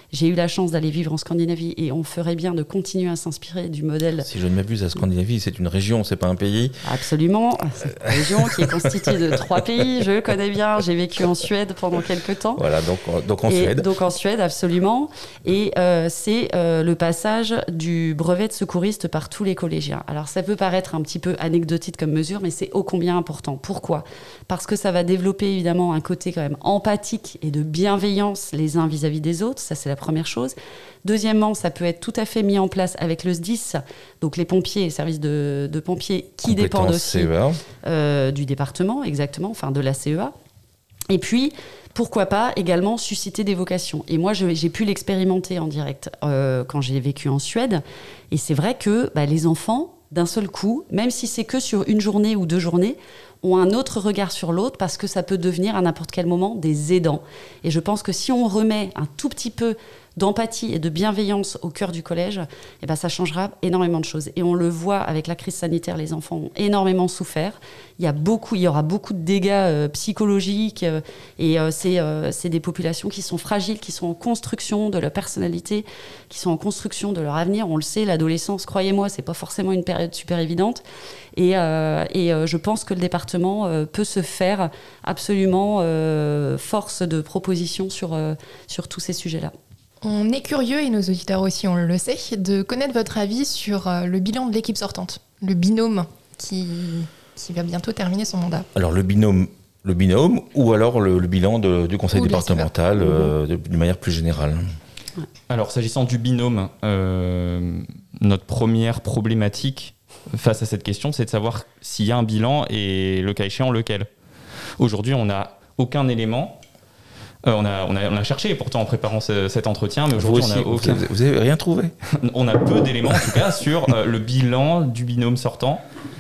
J'ai eu la chance d'aller vivre en Scandinavie et on ferait bien de continuer à s'inspirer du modèle. Si je ne m'abuse, la Scandinavie, c'est une région, c'est pas un pays. Absolument, c'est une région qui est constituée de trois pays. Je le connais bien, j'ai vécu en Suède pendant quelques temps. Voilà, donc, donc en et Suède. Donc en Suède, absolument. Et euh, c'est euh, le passage du brevet de secouriste par tous les collégiens. Alors ça peut paraître un petit peu anecdotique comme mesure, mais c'est ô combien important. Pourquoi ? Parce que ça va développer évidemment un côté quand même empathique et de bienveillance les uns vis-à-vis des autres. Ça, c'est la première chose. Deuxièmement, ça peut être tout à fait mis en place avec le S D I S, donc les pompiers, les services de, de pompiers qui dépendent aussi euh, du département, exactement, enfin de la C E A. Et puis, pourquoi pas également susciter des vocations. Et moi, je, j'ai pu l'expérimenter en direct euh, quand j'ai vécu en Suède. Et c'est vrai que bah, les enfants, d'un seul coup, même si c'est que sur une journée ou deux journées, ont un autre regard sur l'autre parce que ça peut devenir à n'importe quel moment des aidants. Et je pense que si on remet un tout petit peu d'empathie et de bienveillance au cœur du collège, eh ben ça changera énormément de choses. Et on le voit avec la crise sanitaire, les enfants ont énormément souffert. Il y a beaucoup, il y aura beaucoup de dégâts euh, psychologiques euh, et euh, c'est, euh, c'est des populations qui sont fragiles, qui sont en construction de leur personnalité, qui sont en construction de leur avenir. On le sait, l'adolescence, croyez-moi, c'est pas forcément une période super évidente. Et, euh, et euh, je pense que le département euh, peut se faire absolument euh, force de proposition sur, euh, sur tous ces sujets-là. On est curieux, et nos auditeurs aussi, on le sait, de connaître votre avis sur euh, le bilan de l'équipe sortante, le binôme qui, qui va bientôt terminer son mandat. Alors le binôme, le binôme ou alors le, le bilan de, du conseil ou départemental euh, de, d'une manière plus générale. Alors s'agissant du binôme, euh, notre première problématique face à cette question, c'est de savoir s'il y a un bilan et le cas échéant lequel. Aujourd'hui, on n'a aucun élément. Euh, on, a, on, a, on a cherché pourtant en préparant ce, cet entretien, mais aujourd'hui vous aussi, on a aucun... vous, avez, vous avez rien trouvé. On a peu d'éléments en tout cas sur euh, le bilan du binôme sortant,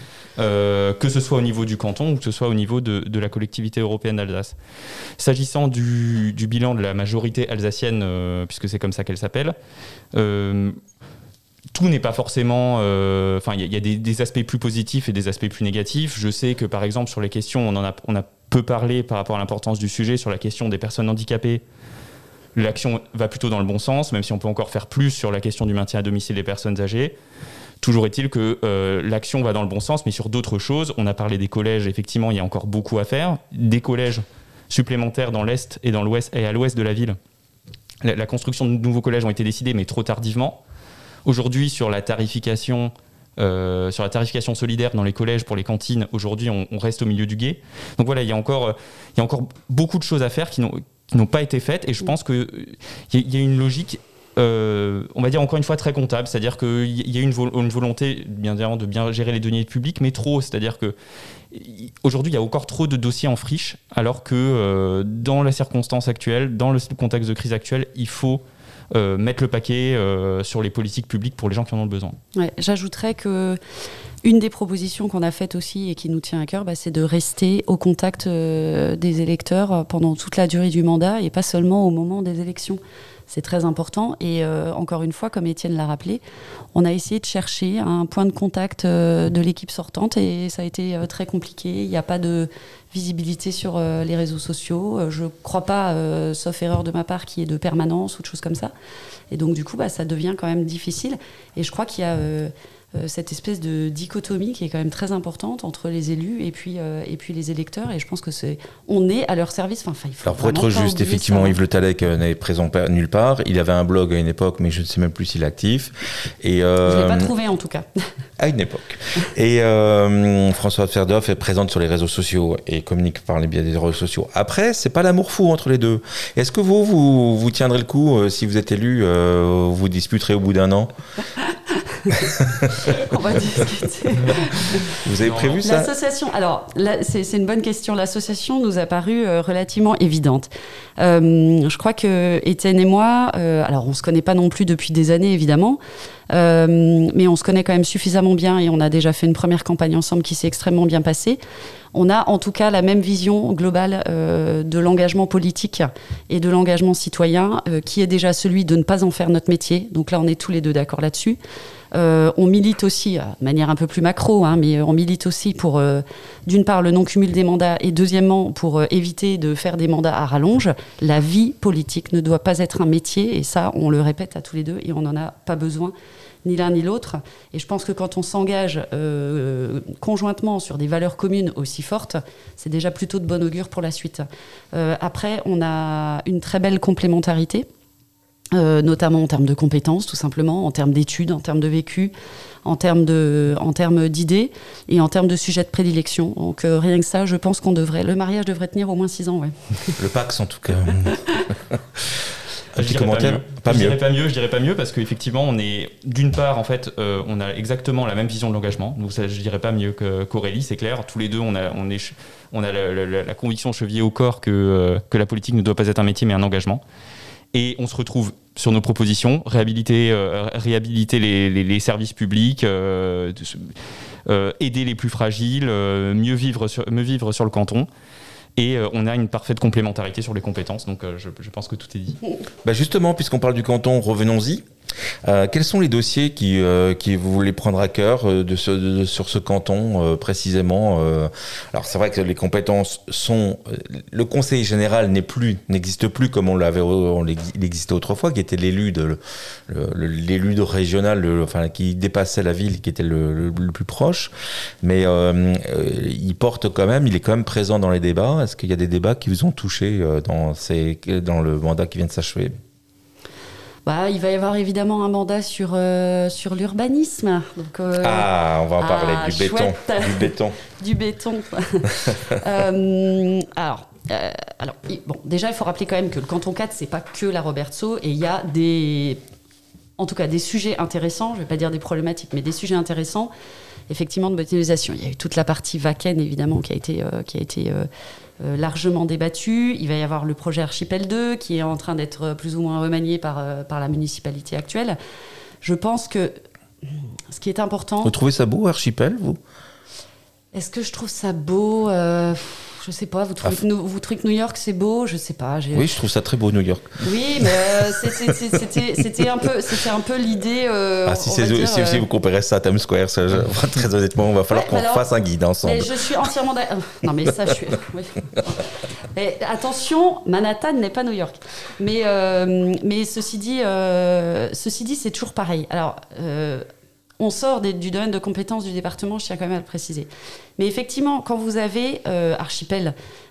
euh, que ce soit au niveau du canton ou que ce soit au niveau de, de la collectivité européenne d'Alsace. S'agissant du, du bilan de la majorité alsacienne, euh, puisque c'est comme ça qu'elle s'appelle, euh, tout n'est pas forcément... Enfin, euh, il y, y a des, des aspects plus positifs et des aspects plus négatifs. Je sais que par exemple sur les questions, on en a, on a peu parlé par rapport à l'importance du sujet, sur la question des personnes handicapées. L'action va plutôt dans le bon sens, même si on peut encore faire plus sur la question du maintien à domicile des personnes âgées. Toujours est-il que euh, l'action va dans le bon sens, mais sur d'autres choses. On a parlé des collèges, effectivement, il y a encore beaucoup à faire. Des collèges supplémentaires dans l'Est et, dans l'ouest, et à l'ouest de la ville. La, la construction de nouveaux collèges ont été décidés, mais trop tardivement. Aujourd'hui, sur la tarification... Euh, sur la tarification solidaire dans les collèges pour les cantines, aujourd'hui on, on reste au milieu du gué. Donc voilà, il y a encore, euh, il y a encore beaucoup de choses à faire qui n'ont, qui n'ont pas été faites, et je pense qu'il y, y a une logique, euh, on va dire encore une fois très comptable, c'est-à-dire qu'il y a une, vo- une volonté bien dire, de bien gérer les deniers publics, mais trop, c'est-à-dire que aujourd'hui il y a encore trop de dossiers en friche, alors que euh, dans la circonstance actuelle, dans le contexte de crise actuelle, il faut Euh, mettre le paquet euh, sur les politiques publiques pour les gens qui en ont besoin. Ouais, j'ajouterais que une des propositions qu'on a faites aussi et qui nous tient à cœur, bah, c'est de rester au contact euh, des électeurs pendant toute la durée du mandat et pas seulement au moment des élections. C'est très important. Et euh, encore une fois, comme Étienne l'a rappelé, on a essayé de chercher un point de contact euh, de l'équipe sortante et ça a été euh, très compliqué. Il n'y a pas de visibilité sur euh, les réseaux sociaux. Euh, je ne crois pas, euh, sauf erreur de ma part, qu'il y ait de permanence ou de choses comme ça. Et donc, du coup, bah, ça devient quand même difficile. Et je crois qu'il y a... Euh, cette espèce de dichotomie qui est quand même très importante entre les élus et puis, euh, et puis les électeurs, et je pense que c'est on est à leur service. Enfin, il faut Alors pour être juste, effectivement, ça. Yves Le Tallec euh, n'est présent pas, nulle part. Il avait un blog à une époque, mais je ne sais même plus s'il est actif. Et, euh, je ne l'ai pas trouvé en tout cas. À une époque. Et euh, Françoise Ferdoff est présente sur les réseaux sociaux et communique par les biais des réseaux sociaux. Après, c'est pas l'amour fou entre les deux. Est-ce que vous, vous, vous tiendrez le coup, euh, si vous êtes élu, euh, vous disputerez au bout d'un an? On va discuter. Vous avez prévu ça? L'association, alors là, c'est, c'est une bonne question. L'association nous a paru euh, relativement évidente. Euh, je crois que Étienne et moi, euh, alors on se connaît pas non plus depuis des années évidemment, euh, mais on se connaît quand même suffisamment bien et on a déjà fait une première campagne ensemble qui s'est extrêmement bien passée. on a en tout cas la même vision globale euh, de l'engagement politique et de l'engagement citoyen, euh, qui est déjà celui de ne pas en faire notre métier. Donc là, on est tous les deux d'accord là-dessus. Euh, on milite aussi, de manière un peu plus macro, hein, mais on milite aussi pour, euh, d'une part, le non-cumul des mandats et deuxièmement, pour euh, éviter de faire des mandats à rallonge. La vie politique ne doit pas être un métier et ça, on le répète à tous les deux et on n'en a pas besoin, ni l'un ni l'autre. Et je pense que quand on s'engage euh, conjointement sur des valeurs communes aussi fortes, c'est déjà plutôt de bon augure pour la suite. Euh, après, on a une très belle complémentarité. Euh, notamment en termes de compétences, tout simplement, en termes d'études, en termes de vécu, en termes, de, en termes d'idées et en termes de sujets de prédilection. Donc euh, rien que ça, je pense qu'on devrait, le mariage devrait tenir au moins six ans. Ouais. Le Pax en tout cas. Un petit commentaire. Pas mieux. Je dirais pas mieux. Je dirais pas mieux parce qu'effectivement, on est d'une part en fait, euh, on a exactement la même vision de l'engagement. Donc ça, je dirais pas mieux que, qu'Aurélie, c'est clair. Tous les deux, on a, on est, on a la, la, la conviction chevillée au corps que euh, que la politique ne doit pas être un métier mais un engagement. Et on se retrouve sur nos propositions, réhabiliter, euh, réhabiliter les, les, les services publics, euh, euh, aider les plus fragiles, euh, mieux, vivre sur, mieux vivre sur le canton. Et euh, on a une parfaite complémentarité sur les compétences, donc euh, je, je pense que tout est dit. Bah justement, puisqu'on parle du canton, revenons-y. Euh, quels sont les dossiers qui, euh, qui vous voulez prendre à cœur euh, de ce, de, de, sur ce canton euh, précisément euh, Alors c'est vrai que les compétences sont... Euh, le conseil général n'est plus, n'existe plus comme on l'avait, on il existait autrefois, qui était l'élu de, le, le, l'élu de régional, le, enfin qui dépassait la ville, qui était le, le, le plus proche. Mais euh, euh, il porte quand même, il est quand même présent dans les débats. Est-ce qu'il y a des débats qui vous ont touché euh, dans, ces, dans le mandat qui vient de s'achever ? Bah, il va y avoir évidemment un mandat sur, euh, sur l'urbanisme. Donc, euh, ah, on va en ah, parler du béton. Du béton. du béton. euh, alors, euh, alors bon, déjà, il faut rappeler quand même que le canton quatre, c'est pas que la Robertsau. Et il y a des, en tout cas, des sujets intéressants. Je vais pas dire des problématiques, mais des sujets intéressants. Effectivement, de modernisation. Il y a eu toute la partie Vaken, évidemment, qui a été, euh, qui a été euh, euh, largement débattue. Il va y avoir le projet Archipel deux, qui est en train d'être plus ou moins remanié par, euh, par la municipalité actuelle. Je pense que ce qui est important... Vous trouvez ça beau, Archipel, vous ? Est-ce que je trouve ça beau ? euh, Je sais pas. Vous trouvez, ah, que, vous trouvez que New York, c'est beau ? Je sais pas. J'ai... Oui, je trouve ça très beau, New York. Oui, mais euh, c'est, c'est, c'est, c'était, c'était, un peu, c'était un peu l'idée... Euh, ah, si, c'est, dire, si, euh... si vous comparez ça à Times Square, ça, je, très honnêtement, il va falloir ouais, qu'on alors, fasse un guide ensemble. Mais je suis entièrement d'accord. Non, mais ça, je suis... Oui. Mais attention, Manhattan n'est pas New York. Mais, euh, mais ceci dit, euh, ceci dit, c'est toujours pareil. Alors... Euh, on sort des, du domaine de compétences du département, je tiens quand même à le préciser. Mais effectivement, quand vous avez euh, Archipel,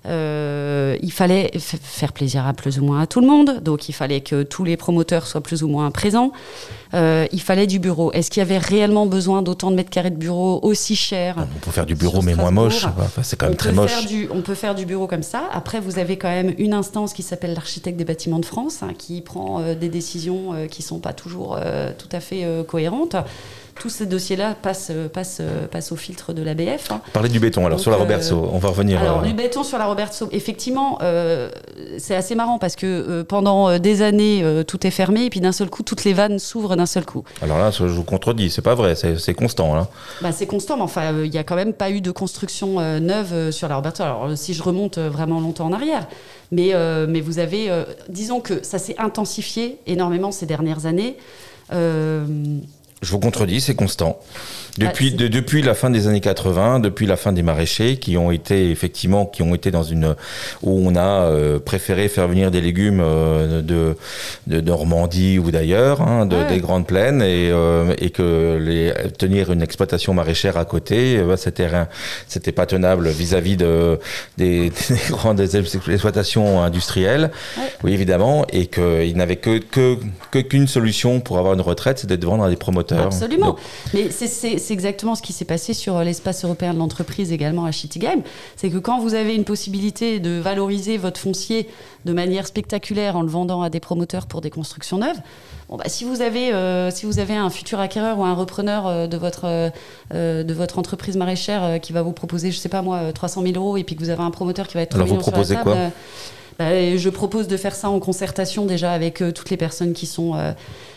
euh, il fallait f- faire plaisir à plus ou moins à tout le monde. Donc, il fallait que tous les promoteurs soient plus ou moins présents. Euh, il fallait du bureau. Est-ce qu'il y avait réellement besoin d'autant de mètres carrés de bureau aussi cher ? On peut faire du bureau, mais moins moche. Enfin, c'est quand même on très moche. Du, on peut faire du bureau comme ça. Après, vous avez quand même une instance qui s'appelle l'architecte des bâtiments de France, hein, qui prend euh, des décisions euh, qui ne sont pas toujours euh, tout à fait euh, cohérentes. Tous ces dossiers-là passent, passent, passent au filtre de l'A B F. Hein. Parlez du béton, alors, Donc, sur la Robertsau, euh, on va revenir. Alors, euh... du béton sur la Robertsau, effectivement, euh, c'est assez marrant parce que euh, pendant des années, euh, tout est fermé et puis d'un seul coup, toutes les vannes s'ouvrent d'un seul coup. Alors là, je vous contredis, c'est pas vrai, c'est, c'est constant. Là. Bah, c'est constant, mais enfin, il euh, n'y a quand même pas eu de construction euh, neuve euh, sur la Robertsau. Alors, euh, si je remonte euh, vraiment longtemps en arrière, mais, euh, mais vous avez, euh, disons que ça s'est intensifié énormément ces dernières années. Euh, Je vous contredis, c'est constant. Depuis, ah, de, depuis la fin des années quatre-vingts, depuis la fin des maraîchers, qui ont été effectivement, qui ont été dans une où on a euh, préféré faire venir des légumes euh, de, de Normandie ou d'ailleurs, hein, de, ouais. des grandes plaines, et, euh, et que les, tenir une exploitation maraîchère à côté, euh, c'était rien, c'était pas tenable vis-à-vis de des, des grandes exploitations industrielles, ouais. oui évidemment, et qu'ils n'avaient que, que que qu'une solution pour avoir une retraite, c'était de vendre à des promoteurs. Absolument. Donc, mais c'est, c'est C'est exactement ce qui s'est passé sur l'espace européen de l'entreprise également à Schittigheim. C'est que quand vous avez une possibilité de valoriser votre foncier de manière spectaculaire en le vendant à des promoteurs pour des constructions neuves, bon bah, si vous avez, euh, si vous avez un futur acquéreur ou un repreneur euh, de, votre, euh, de votre entreprise maraîchère euh, qui va vous proposer, je sais pas moi, trois cent mille euros et puis que vous avez un promoteur qui va être trois millions sur la table... Alors vous proposez quoi ? Euh, bah, je propose de faire ça en concertation déjà avec euh, toutes les personnes qui sont... Euh,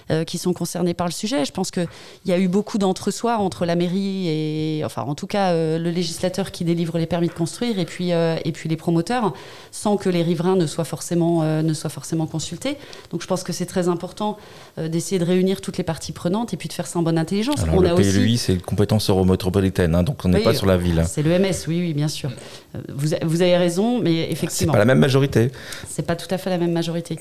euh, qui sont concernés par le sujet. Je pense qu'il y a eu beaucoup d'entre-soi entre la mairie et, enfin, en tout cas, euh, le législateur qui délivre les permis de construire et puis, euh, et puis les promoteurs, sans que les riverains ne soient forcément, euh, ne soient forcément consultés. Donc, je pense que c'est très important euh, d'essayer de réunir toutes les parties prenantes et puis de faire ça en bonne intelligence. Alors, on le a P L U I, aussi... c'est une compétence eurométropolitaine, hein, donc on n'est oui, pas sur la ville. C'est l'E M S, oui, oui, bien sûr. Vous, vous avez raison, mais effectivement... C'est pas la même majorité. C'est pas tout à fait la même majorité.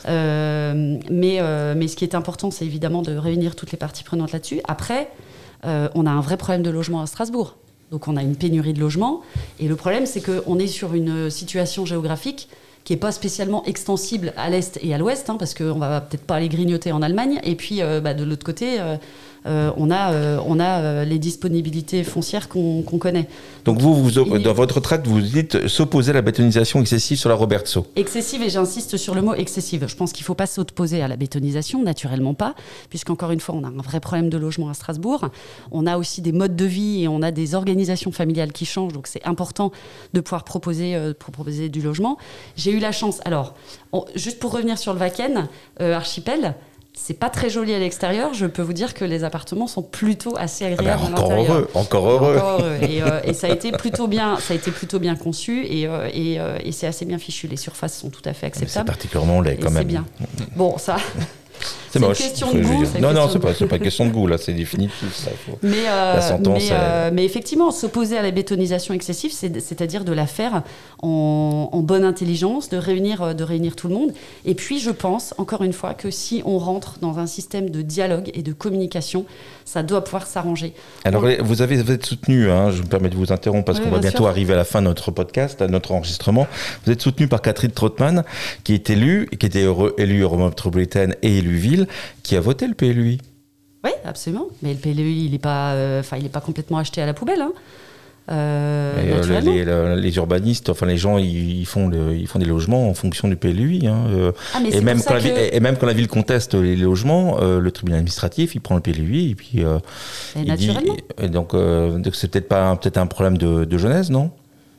Euh, mais, euh, mais ce qui est important, c'est évidemment de réunir toutes les parties prenantes là-dessus. Après, euh, on a un vrai problème de logement à Strasbourg. Donc on a une pénurie de logements. Et le problème, c'est qu'on est sur une situation géographique qui n'est pas spécialement extensible à l'est et à l'ouest, hein, parce qu'on va peut-être pas aller grignoter en Allemagne. Et puis, euh, bah, de l'autre côté... Euh, Euh, on a, euh, on a euh, les disponibilités foncières qu'on, qu'on connaît. Donc, Donc vous, vous il... dans votre tract, vous dites s'opposer à la bétonisation excessive sur la Robertso. Excessive, et j'insiste sur le mot excessive. Je pense qu'il ne faut pas s'opposer à la bétonisation, naturellement pas, puisqu'encore une fois, on a un vrai problème de logement à Strasbourg. On a aussi des modes de vie et on a des organisations familiales qui changent, donc c'est important de pouvoir proposer, euh, proposer du logement. J'ai eu la chance, alors, on, juste pour revenir sur le Wacken, euh, Archipel, c'est pas très joli à l'extérieur. Je peux vous dire que les appartements sont plutôt assez agréables ah ben, à encore l'intérieur. Heureux, encore heureux, encore heureux. Et, euh, et ça a été plutôt bien, ça a été plutôt bien conçu et, euh, et, euh, et c'est assez bien fichu. Les surfaces sont tout à fait acceptables. C'est particulièrement laid quand et même. C'est bien. Bon, ça. C'est, c'est moche, une question de goût. Non, non, c'est pas, c'est pas question de goût, là, c'est définitif. Ça, faut... Mais, euh, la sentence, mais, euh, mais effectivement, s'opposer à la bétonisation excessive, c'est, c'est-à-dire de la faire en, en bonne intelligence, de réunir, de réunir tout le monde. Et puis, je pense, encore une fois, que si on rentre dans un système de dialogue et de communication, ça doit pouvoir s'arranger. Alors, on... vous, avez, vous êtes soutenu, hein, je me permets de vous interrompre parce oui, qu'on va bientôt sûr. arriver à la fin de notre podcast, à notre enregistrement. Vous êtes soutenu par Catherine Trautmann, qui est élue, qui était élue eurométropolitaine et élue ville, qui a voté le P L U I. Oui, absolument. Mais le P L U I, il n'est pas, euh, il n'est pas complètement acheté à la poubelle. Hein. Euh, euh, les, les, les urbanistes, enfin les gens, ils font, le, ils font des logements en fonction du P L U I. Hein, euh, ah, mais et, même quand que... la, et même quand la ville conteste les logements, euh, le tribunal administratif, il prend le P L U I et puis euh, et il naturellement. dit. Et donc, euh, donc c'est peut-être pas peut-être un problème de, de jeunesse, non?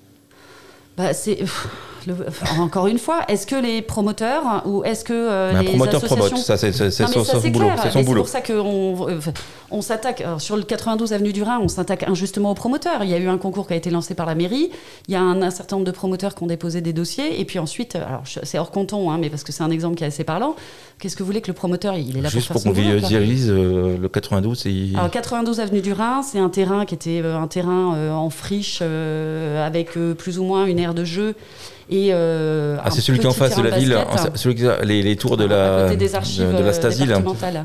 Bah, c'est. Le, enfin, encore une fois, est-ce que les promoteurs ou est-ce que euh, mais un les promoteur associations... promote, ça c'est, c'est, c'est, non, son, ça, son c'est boulot. Clair. C'est son et boulot. c'est pour ça qu'on euh, on s'attaque alors, sur le quatre-vingt-douze avenue du Rhin, on s'attaque injustement aux promoteurs. Il y a eu un concours qui a été lancé par la mairie. Il y a un, un certain nombre de promoteurs qui ont déposé des dossiers et puis ensuite, alors c'est hors canton, hein, mais parce que c'est un exemple qui est assez parlant. Qu'est-ce que vous voulez que le promoteur, il est là juste pour faire pour qu'on visualise euh, le quatre-vingt-douze. C'est... Alors quatre-vingt-douze avenue du Rhin, c'est un terrain qui était euh, un terrain euh, en friche euh, avec euh, plus ou moins une aire de jeu. Et euh, ah, c'est celui qui est en face de la ville, hein, celui qui a les, les tours de la, à côté des archives de, de la Stasi. départementales.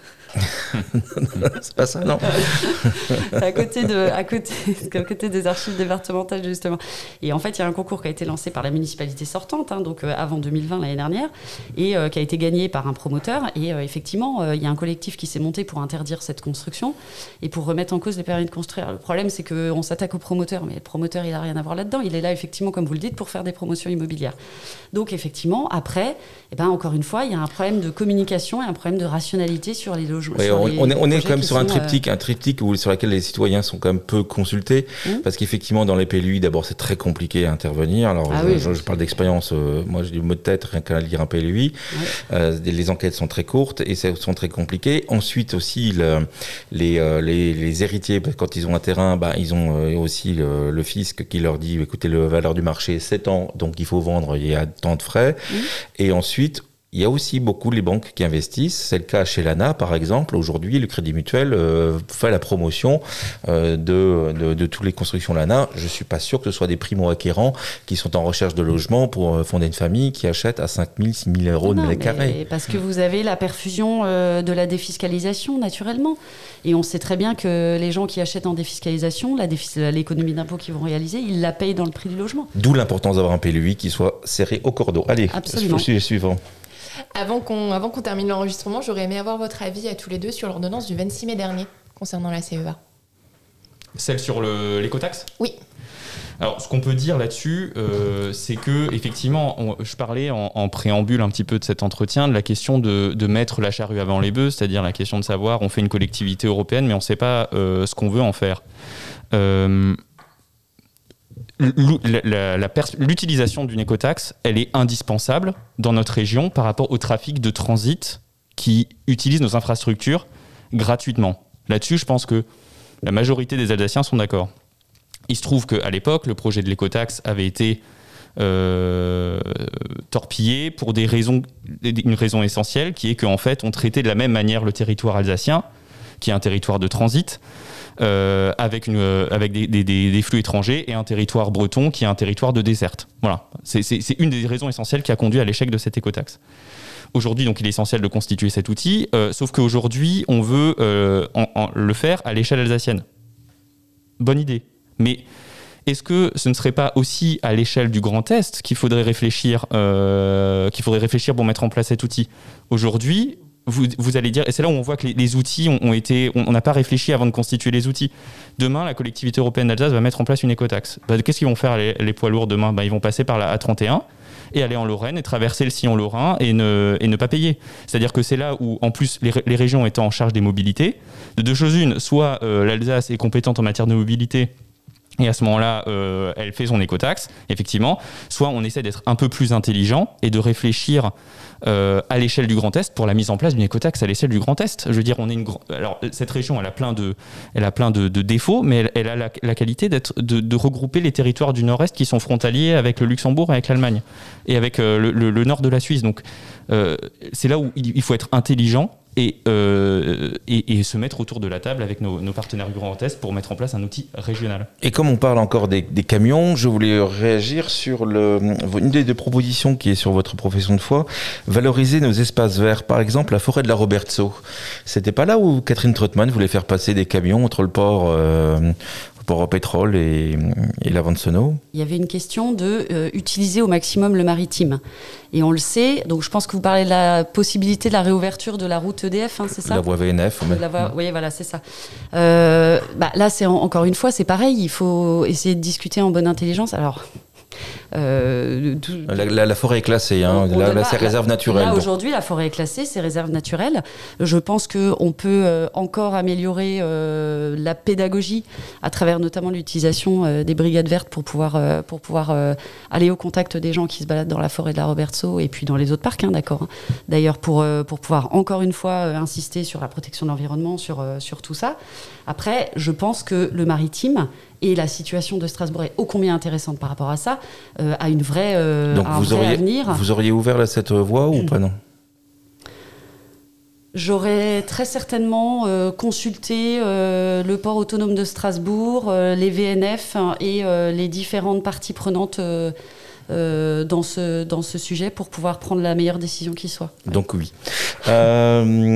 C'est pas ça, non. à, côté de, à, côté, à côté des archives départementales, justement. Et en fait, il y a un concours qui a été lancé par la municipalité sortante, hein, donc euh, avant deux mille vingt, l'année dernière, et euh, qui a été gagné par un promoteur. Et euh, effectivement, euh, il y a un collectif qui s'est monté pour interdire cette construction et pour remettre en cause les permis de construire. Le problème, c'est qu'on s'attaque au promoteur, mais le promoteur, il n'a rien à voir là-dedans. Il est là, effectivement, comme vous le dites, pour faire des promotions immobilières. Donc, effectivement, après, eh ben, encore une fois, il y a un problème de communication et un problème de rationalité sur les logements. Oui, on, on est, on est quand même sur un triptyque, euh... un triptyque où, sur lequel les citoyens sont quand même peu consultés, mmh. parce qu'effectivement dans les P L U I, d'abord c'est très compliqué à intervenir. Alors ah je, oui, je, je parle d'expérience, euh, moi j'ai du mot de tête rien qu'à lire un P L U I. Ouais. Euh, les enquêtes sont très courtes et sont très compliquées. Ensuite aussi le, les, euh, les, les héritiers, quand ils ont un terrain, bah, ils ont euh, aussi le, le fisc qui leur dit, écoutez, la valeur du marché c'est tant, donc il faut vendre, il y a tant de frais. Mmh. Et ensuite il y a aussi beaucoup les banques qui investissent. C'est le cas chez l'A N A, par exemple. Aujourd'hui, le Crédit Mutuel euh, fait la promotion euh, de, de, de toutes les constructions L'A N A. Je ne suis pas sûr que ce soit des primo-acquérants qui sont en recherche de logement pour euh, fonder une famille qui achètent à cinq mille, six mille euros de mètre carré. Parce que vous avez la perfusion euh, de la défiscalisation, naturellement. Et on sait très bien que les gens qui achètent en défiscalisation, la défis- l'économie d'impôt qu'ils vont réaliser, ils la payent dans le prix du logement. D'où l'importance d'avoir un P L U I qui soit serré au cordeau. Allez, absolument. Je suis suivant. Avant qu'on, avant qu'on termine l'enregistrement, j'aurais aimé avoir votre avis à tous les deux sur l'ordonnance du vingt-six mai dernier concernant la C E A. Celle sur le, l'écotaxe ? Oui. Alors, ce qu'on peut dire là-dessus, euh, c'est que effectivement, on, je parlais en, en préambule un petit peu de cet entretien de la question de, de mettre la charrue avant les bœufs, c'est-à-dire la question de savoir, on fait une collectivité européenne, mais on ne sait pas euh, ce qu'on veut en faire. Euh, La, la pers- l'utilisation d'une écotaxe, elle est indispensable dans notre région par rapport au trafic de transit qui utilisent nos infrastructures gratuitement. Là-dessus, je pense que la majorité des Alsaciens sont d'accord. Il se trouve qu'à l'époque, le projet de l'écotaxe avait été euh, torpillé pour des raisons, une raison essentielle, qui est qu'en fait, on traitait de la même manière le territoire alsacien, qui est un territoire de transit, euh, avec, une, euh, avec des, des, des flux étrangers, et un territoire breton, qui est un territoire de desserte. Voilà. C'est, c'est, c'est une des raisons essentielles qui a conduit à l'échec de cette écotaxe. Aujourd'hui, donc, il est essentiel de constituer cet outil, euh, sauf qu'aujourd'hui, on veut euh, en, en, le faire à l'échelle alsacienne. Bonne idée. Mais est-ce que ce ne serait pas aussi à l'échelle du Grand Est qu'il faudrait réfléchir, euh, qu'il faudrait réfléchir pour mettre en place cet outil ? Aujourd'hui, vous, vous allez dire, et c'est là où on voit que les, les outils ont, ont été, on n'a pas réfléchi avant de constituer les outils. Demain, la collectivité européenne d'Alsace va mettre en place une écotaxe. Bah, qu'est-ce qu'ils vont faire les, les poids lourds demain ? Bah, ils vont passer par la A trente et un et aller en Lorraine et traverser le sillon lorrain et ne, et ne pas payer. C'est-à-dire que c'est là où, en plus, les, les régions étant en charge des mobilités, de deux choses une, soit euh, l'Alsace est compétente en matière de mobilité, et à ce moment-là, euh, elle fait son écotaxe, effectivement. Soit on essaie d'être un peu plus intelligent et de réfléchir euh, à l'échelle du Grand Est pour la mise en place d'une écotaxe à l'échelle du Grand Est. Je veux dire, on est une gr... alors cette région, elle a plein de, elle a plein de, de défauts, mais elle, elle a la, la qualité d'être, de, de regrouper les territoires du Nord-Est qui sont frontaliers avec le Luxembourg, avec l'Allemagne et avec euh, le, le, le nord de la Suisse. Donc, euh, c'est là où il, il faut être intelligent. Et, euh, et, et se mettre autour de la table avec nos, nos partenaires du Grand Est pour mettre en place un outil régional. Et comme on parle encore des, des camions, je voulais réagir sur le, une des deux propositions qui est sur votre profession de foi, valoriser nos espaces verts, par exemple la forêt de la Robertso. C'était pas là où Catherine Trottmann voulait faire passer des camions entre le port, euh, le port au pétrole et, et la Vansenau ? Il y avait une question de euh, utiliser au maximum le maritime. Et on le sait, donc je pense que vous parlez de la possibilité de la réouverture de la route E D F, hein, c'est ça ? La voie V N F. Mais... La voie, oui, voilà, c'est ça. Euh, bah, là, c'est en, encore une fois, c'est pareil, il faut essayer de discuter en bonne intelligence. Alors... Euh, tout, la, la, la forêt est classée, hein. là, là c'est réserve naturelle. Là, aujourd'hui, la forêt est classée, c'est réserve naturelle. Je pense qu'on peut euh, encore améliorer euh, la pédagogie à travers notamment l'utilisation euh, des brigades vertes pour pouvoir, euh, pour pouvoir euh, aller au contact des gens qui se baladent dans la forêt de la Robertso et puis dans les autres parcs, hein, d'accord. Hein. D'ailleurs, pour, euh, pour pouvoir encore une fois euh, insister sur la protection de l'environnement, sur, euh, sur tout ça. Après, je pense que le maritime et la situation de Strasbourg est ô combien intéressante par rapport à ça, euh, a une vraie, euh, Donc un vous vrai auriez, avenir. Vous auriez ouvert là, cette voie ou pas, non ? J'aurais très certainement euh, consulté euh, le port autonome de Strasbourg, euh, les V N F hein, et euh, les différentes parties prenantes euh, euh, dans, ce, dans ce sujet pour pouvoir prendre la meilleure décision qui soit. Ouais. Donc oui. Euh...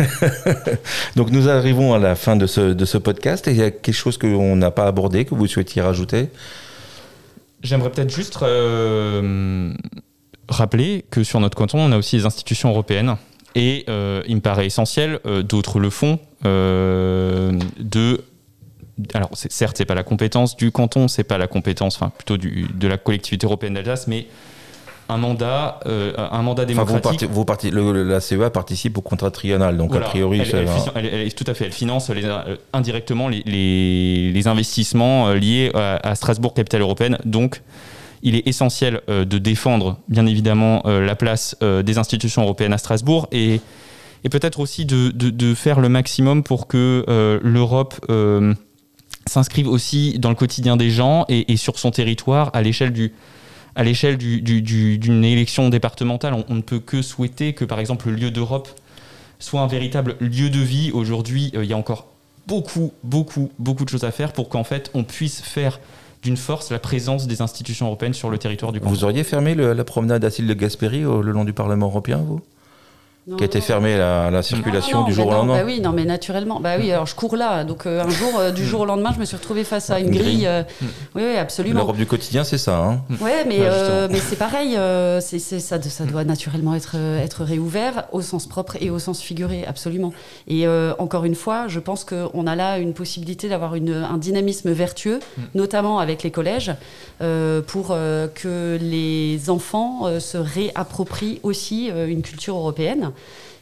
Donc nous arrivons à la fin de ce, de ce podcast. Et il y a quelque chose qu'on n'a pas abordé, que vous souhaitiez rajouter ? J'aimerais peut-être juste euh, rappeler que sur notre canton, on a aussi les institutions européennes. Et euh, il me paraît essentiel, euh, d'autres le font, euh, de... Alors c'est, certes, c'est pas la compétence du canton, c'est pas la compétence, enfin plutôt du, de la collectivité européenne d'Alsace, mais un mandat, euh, un mandat démocratique. Enfin, vous parti, vous parti, le, la C E A participe au contrat triennal, donc voilà, a priori, elle, elle, elle, elle, elle, tout à fait, elle finance les, euh, indirectement les, les, les investissements liés à, à Strasbourg, capitale européenne. Donc, il est essentiel euh, de défendre, bien évidemment, euh, la place euh, des institutions européennes à Strasbourg et, et peut-être aussi de, de, de faire le maximum pour que euh, l'Europe euh, s'inscrive aussi dans le quotidien des gens et, et sur son territoire à l'échelle du à l'échelle du, du, du, d'une élection départementale. On, on ne peut que souhaiter que, par exemple, le lieu d'Europe soit un véritable lieu de vie. Aujourd'hui, euh, il y a encore beaucoup, beaucoup, beaucoup de choses à faire pour qu'en fait, on puisse faire d'une force la présence des institutions européennes sur le territoire du canton. Vous auriez fermé le, la promenade Achille de Gasperi au, le long du Parlement européen, vous ? Non, qui a été fermée la, la circulation non, non, du jour au lendemain. Bah oui, non, mais naturellement. Bah oui, alors je cours là, donc euh, un jour, euh, du jour au lendemain, je me suis retrouvée face à une, une grille. grille. Euh, oui, oui, absolument. L'Europe du quotidien, c'est ça. Hein. Oui, mais, euh, mais c'est pareil. Euh, c'est, c'est, ça, ça doit naturellement être, être réouvert au sens propre et au sens figuré, absolument. Et euh, encore une fois, je pense qu'on a là une possibilité d'avoir une, un dynamisme vertueux, mm. notamment avec les collèges, euh, pour euh, que les enfants euh, se réapproprient aussi euh, une culture européenne.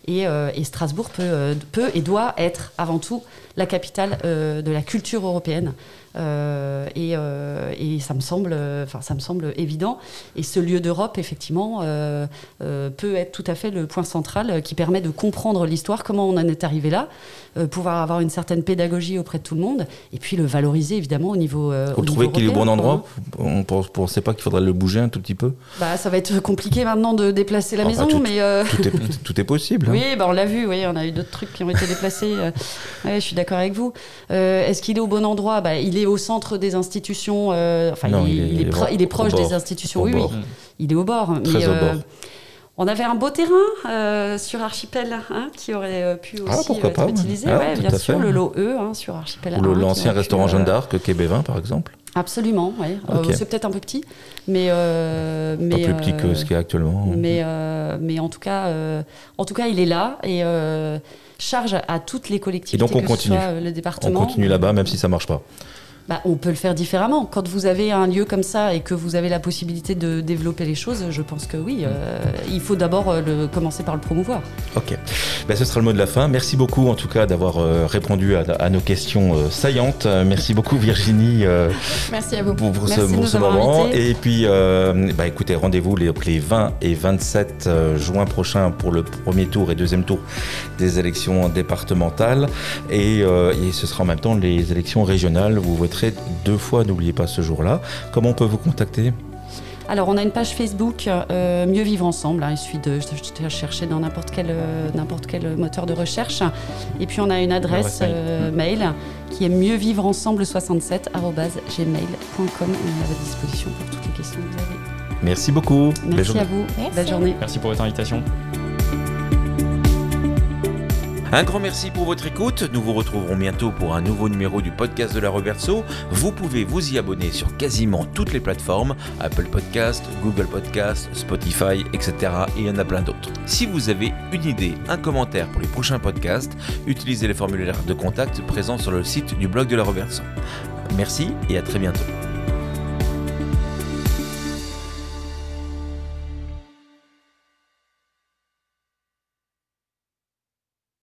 Et, euh, et Strasbourg peut, euh, peut et doit être avant tout la capitale euh, de la culture européenne. Euh, et, euh, et ça me semble, enfin ça me semble évident. Et ce lieu d'Europe, effectivement, euh, euh, peut être tout à fait le point central euh, qui permet de comprendre l'histoire, comment on en est arrivé là, euh, pouvoir avoir une certaine pédagogie auprès de tout le monde, et puis le valoriser évidemment au niveau. Euh, Vous au trouvez niveau qu'il est au bon européen, endroit? On ne pensait pas qu'il faudrait le bouger un tout petit peu? Bah, ça va être compliqué maintenant de déplacer la Ah, maison, bah, tout, mais euh... tout, est, tout est possible. Oui, hein. bah, on l'a vu, oui, on a eu d'autres trucs qui ont été déplacés. Euh, ouais, je suis d'accord avec vous. Euh, est-ce qu'il est au bon endroit? Bah, il est au centre des institutions. Euh, enfin, Non, il, il est- il est, pro- il est proche au bord. des institutions. Au oui, bord. oui, il est au bord. Très mais, au euh, bord. on avait un beau terrain euh, sur Archipel hein, qui aurait euh, pu Ah, aussi pourquoi euh, pas, être ouais. utilisé. Ah, Ouais, tout bien à sûr, fait. le lot E hein, sur Archipel Ou le- un, qui l'ancien aurait pu, restaurant euh, Jeanne d'Arc, Quai Bévin, par exemple. Absolument, oui. Ok. Euh, c'est peut-être un peu petit, mais euh, Pas mais plus petit que euh, ce qu'il y a actuellement. Mais, euh, mais en, tout cas, euh, en tout cas, il est là et euh, charge à toutes les collectivités, Et donc, on que continue. ce soit euh, le On département. continue là-bas, même si ça marche pas. Bah, on peut le faire différemment. Quand vous avez un lieu comme ça et que vous avez la possibilité de développer les choses, je pense que oui, euh, il faut d'abord euh, le, commencer par le promouvoir. Ok. Ben, ce sera le mot de la fin. Merci beaucoup, en tout cas, d'avoir euh, répondu à, à nos questions euh, saillantes. Euh, Merci beaucoup, Virginie, euh, Merci à vous. pour, pour ce, Merci de pour nous ce avoir moment. invités. Et puis, euh, bah, écoutez, rendez-vous les, les vingt et vingt-sept euh, juin prochains pour le premier tour et deuxième tour des élections départementales. Et, euh, et ce sera en même temps les élections régionales. Vous voterez deux fois, n'oubliez pas ce jour-là. Comment on peut vous contacter? Alors, on a une page Facebook, euh, Mieux Vivre Ensemble. Hein, il suffit de, de chercher dans n'importe quel, euh, n'importe quel moteur de recherche. Et puis, on a une adresse L'adresse euh, mail qui est mieux vivre ensemble soixante-sept arobase gmail point com. On est à votre disposition pour toutes les questions que vous avez. Merci beaucoup. Belle Merci journée. à vous. Merci. Belle journée. Merci pour votre invitation. Un grand merci pour votre écoute. Nous vous retrouverons bientôt pour un nouveau numéro du podcast de la Robertso. Vous pouvez vous y abonner sur quasiment toutes les plateformes, Apple Podcast, Google Podcast, Spotify, et cetera. Et il y en a plein d'autres. Si vous avez une idée, un commentaire pour les prochains podcasts, utilisez les formulaires de contact présents sur le site du blog de la Robertso. Merci et à très bientôt.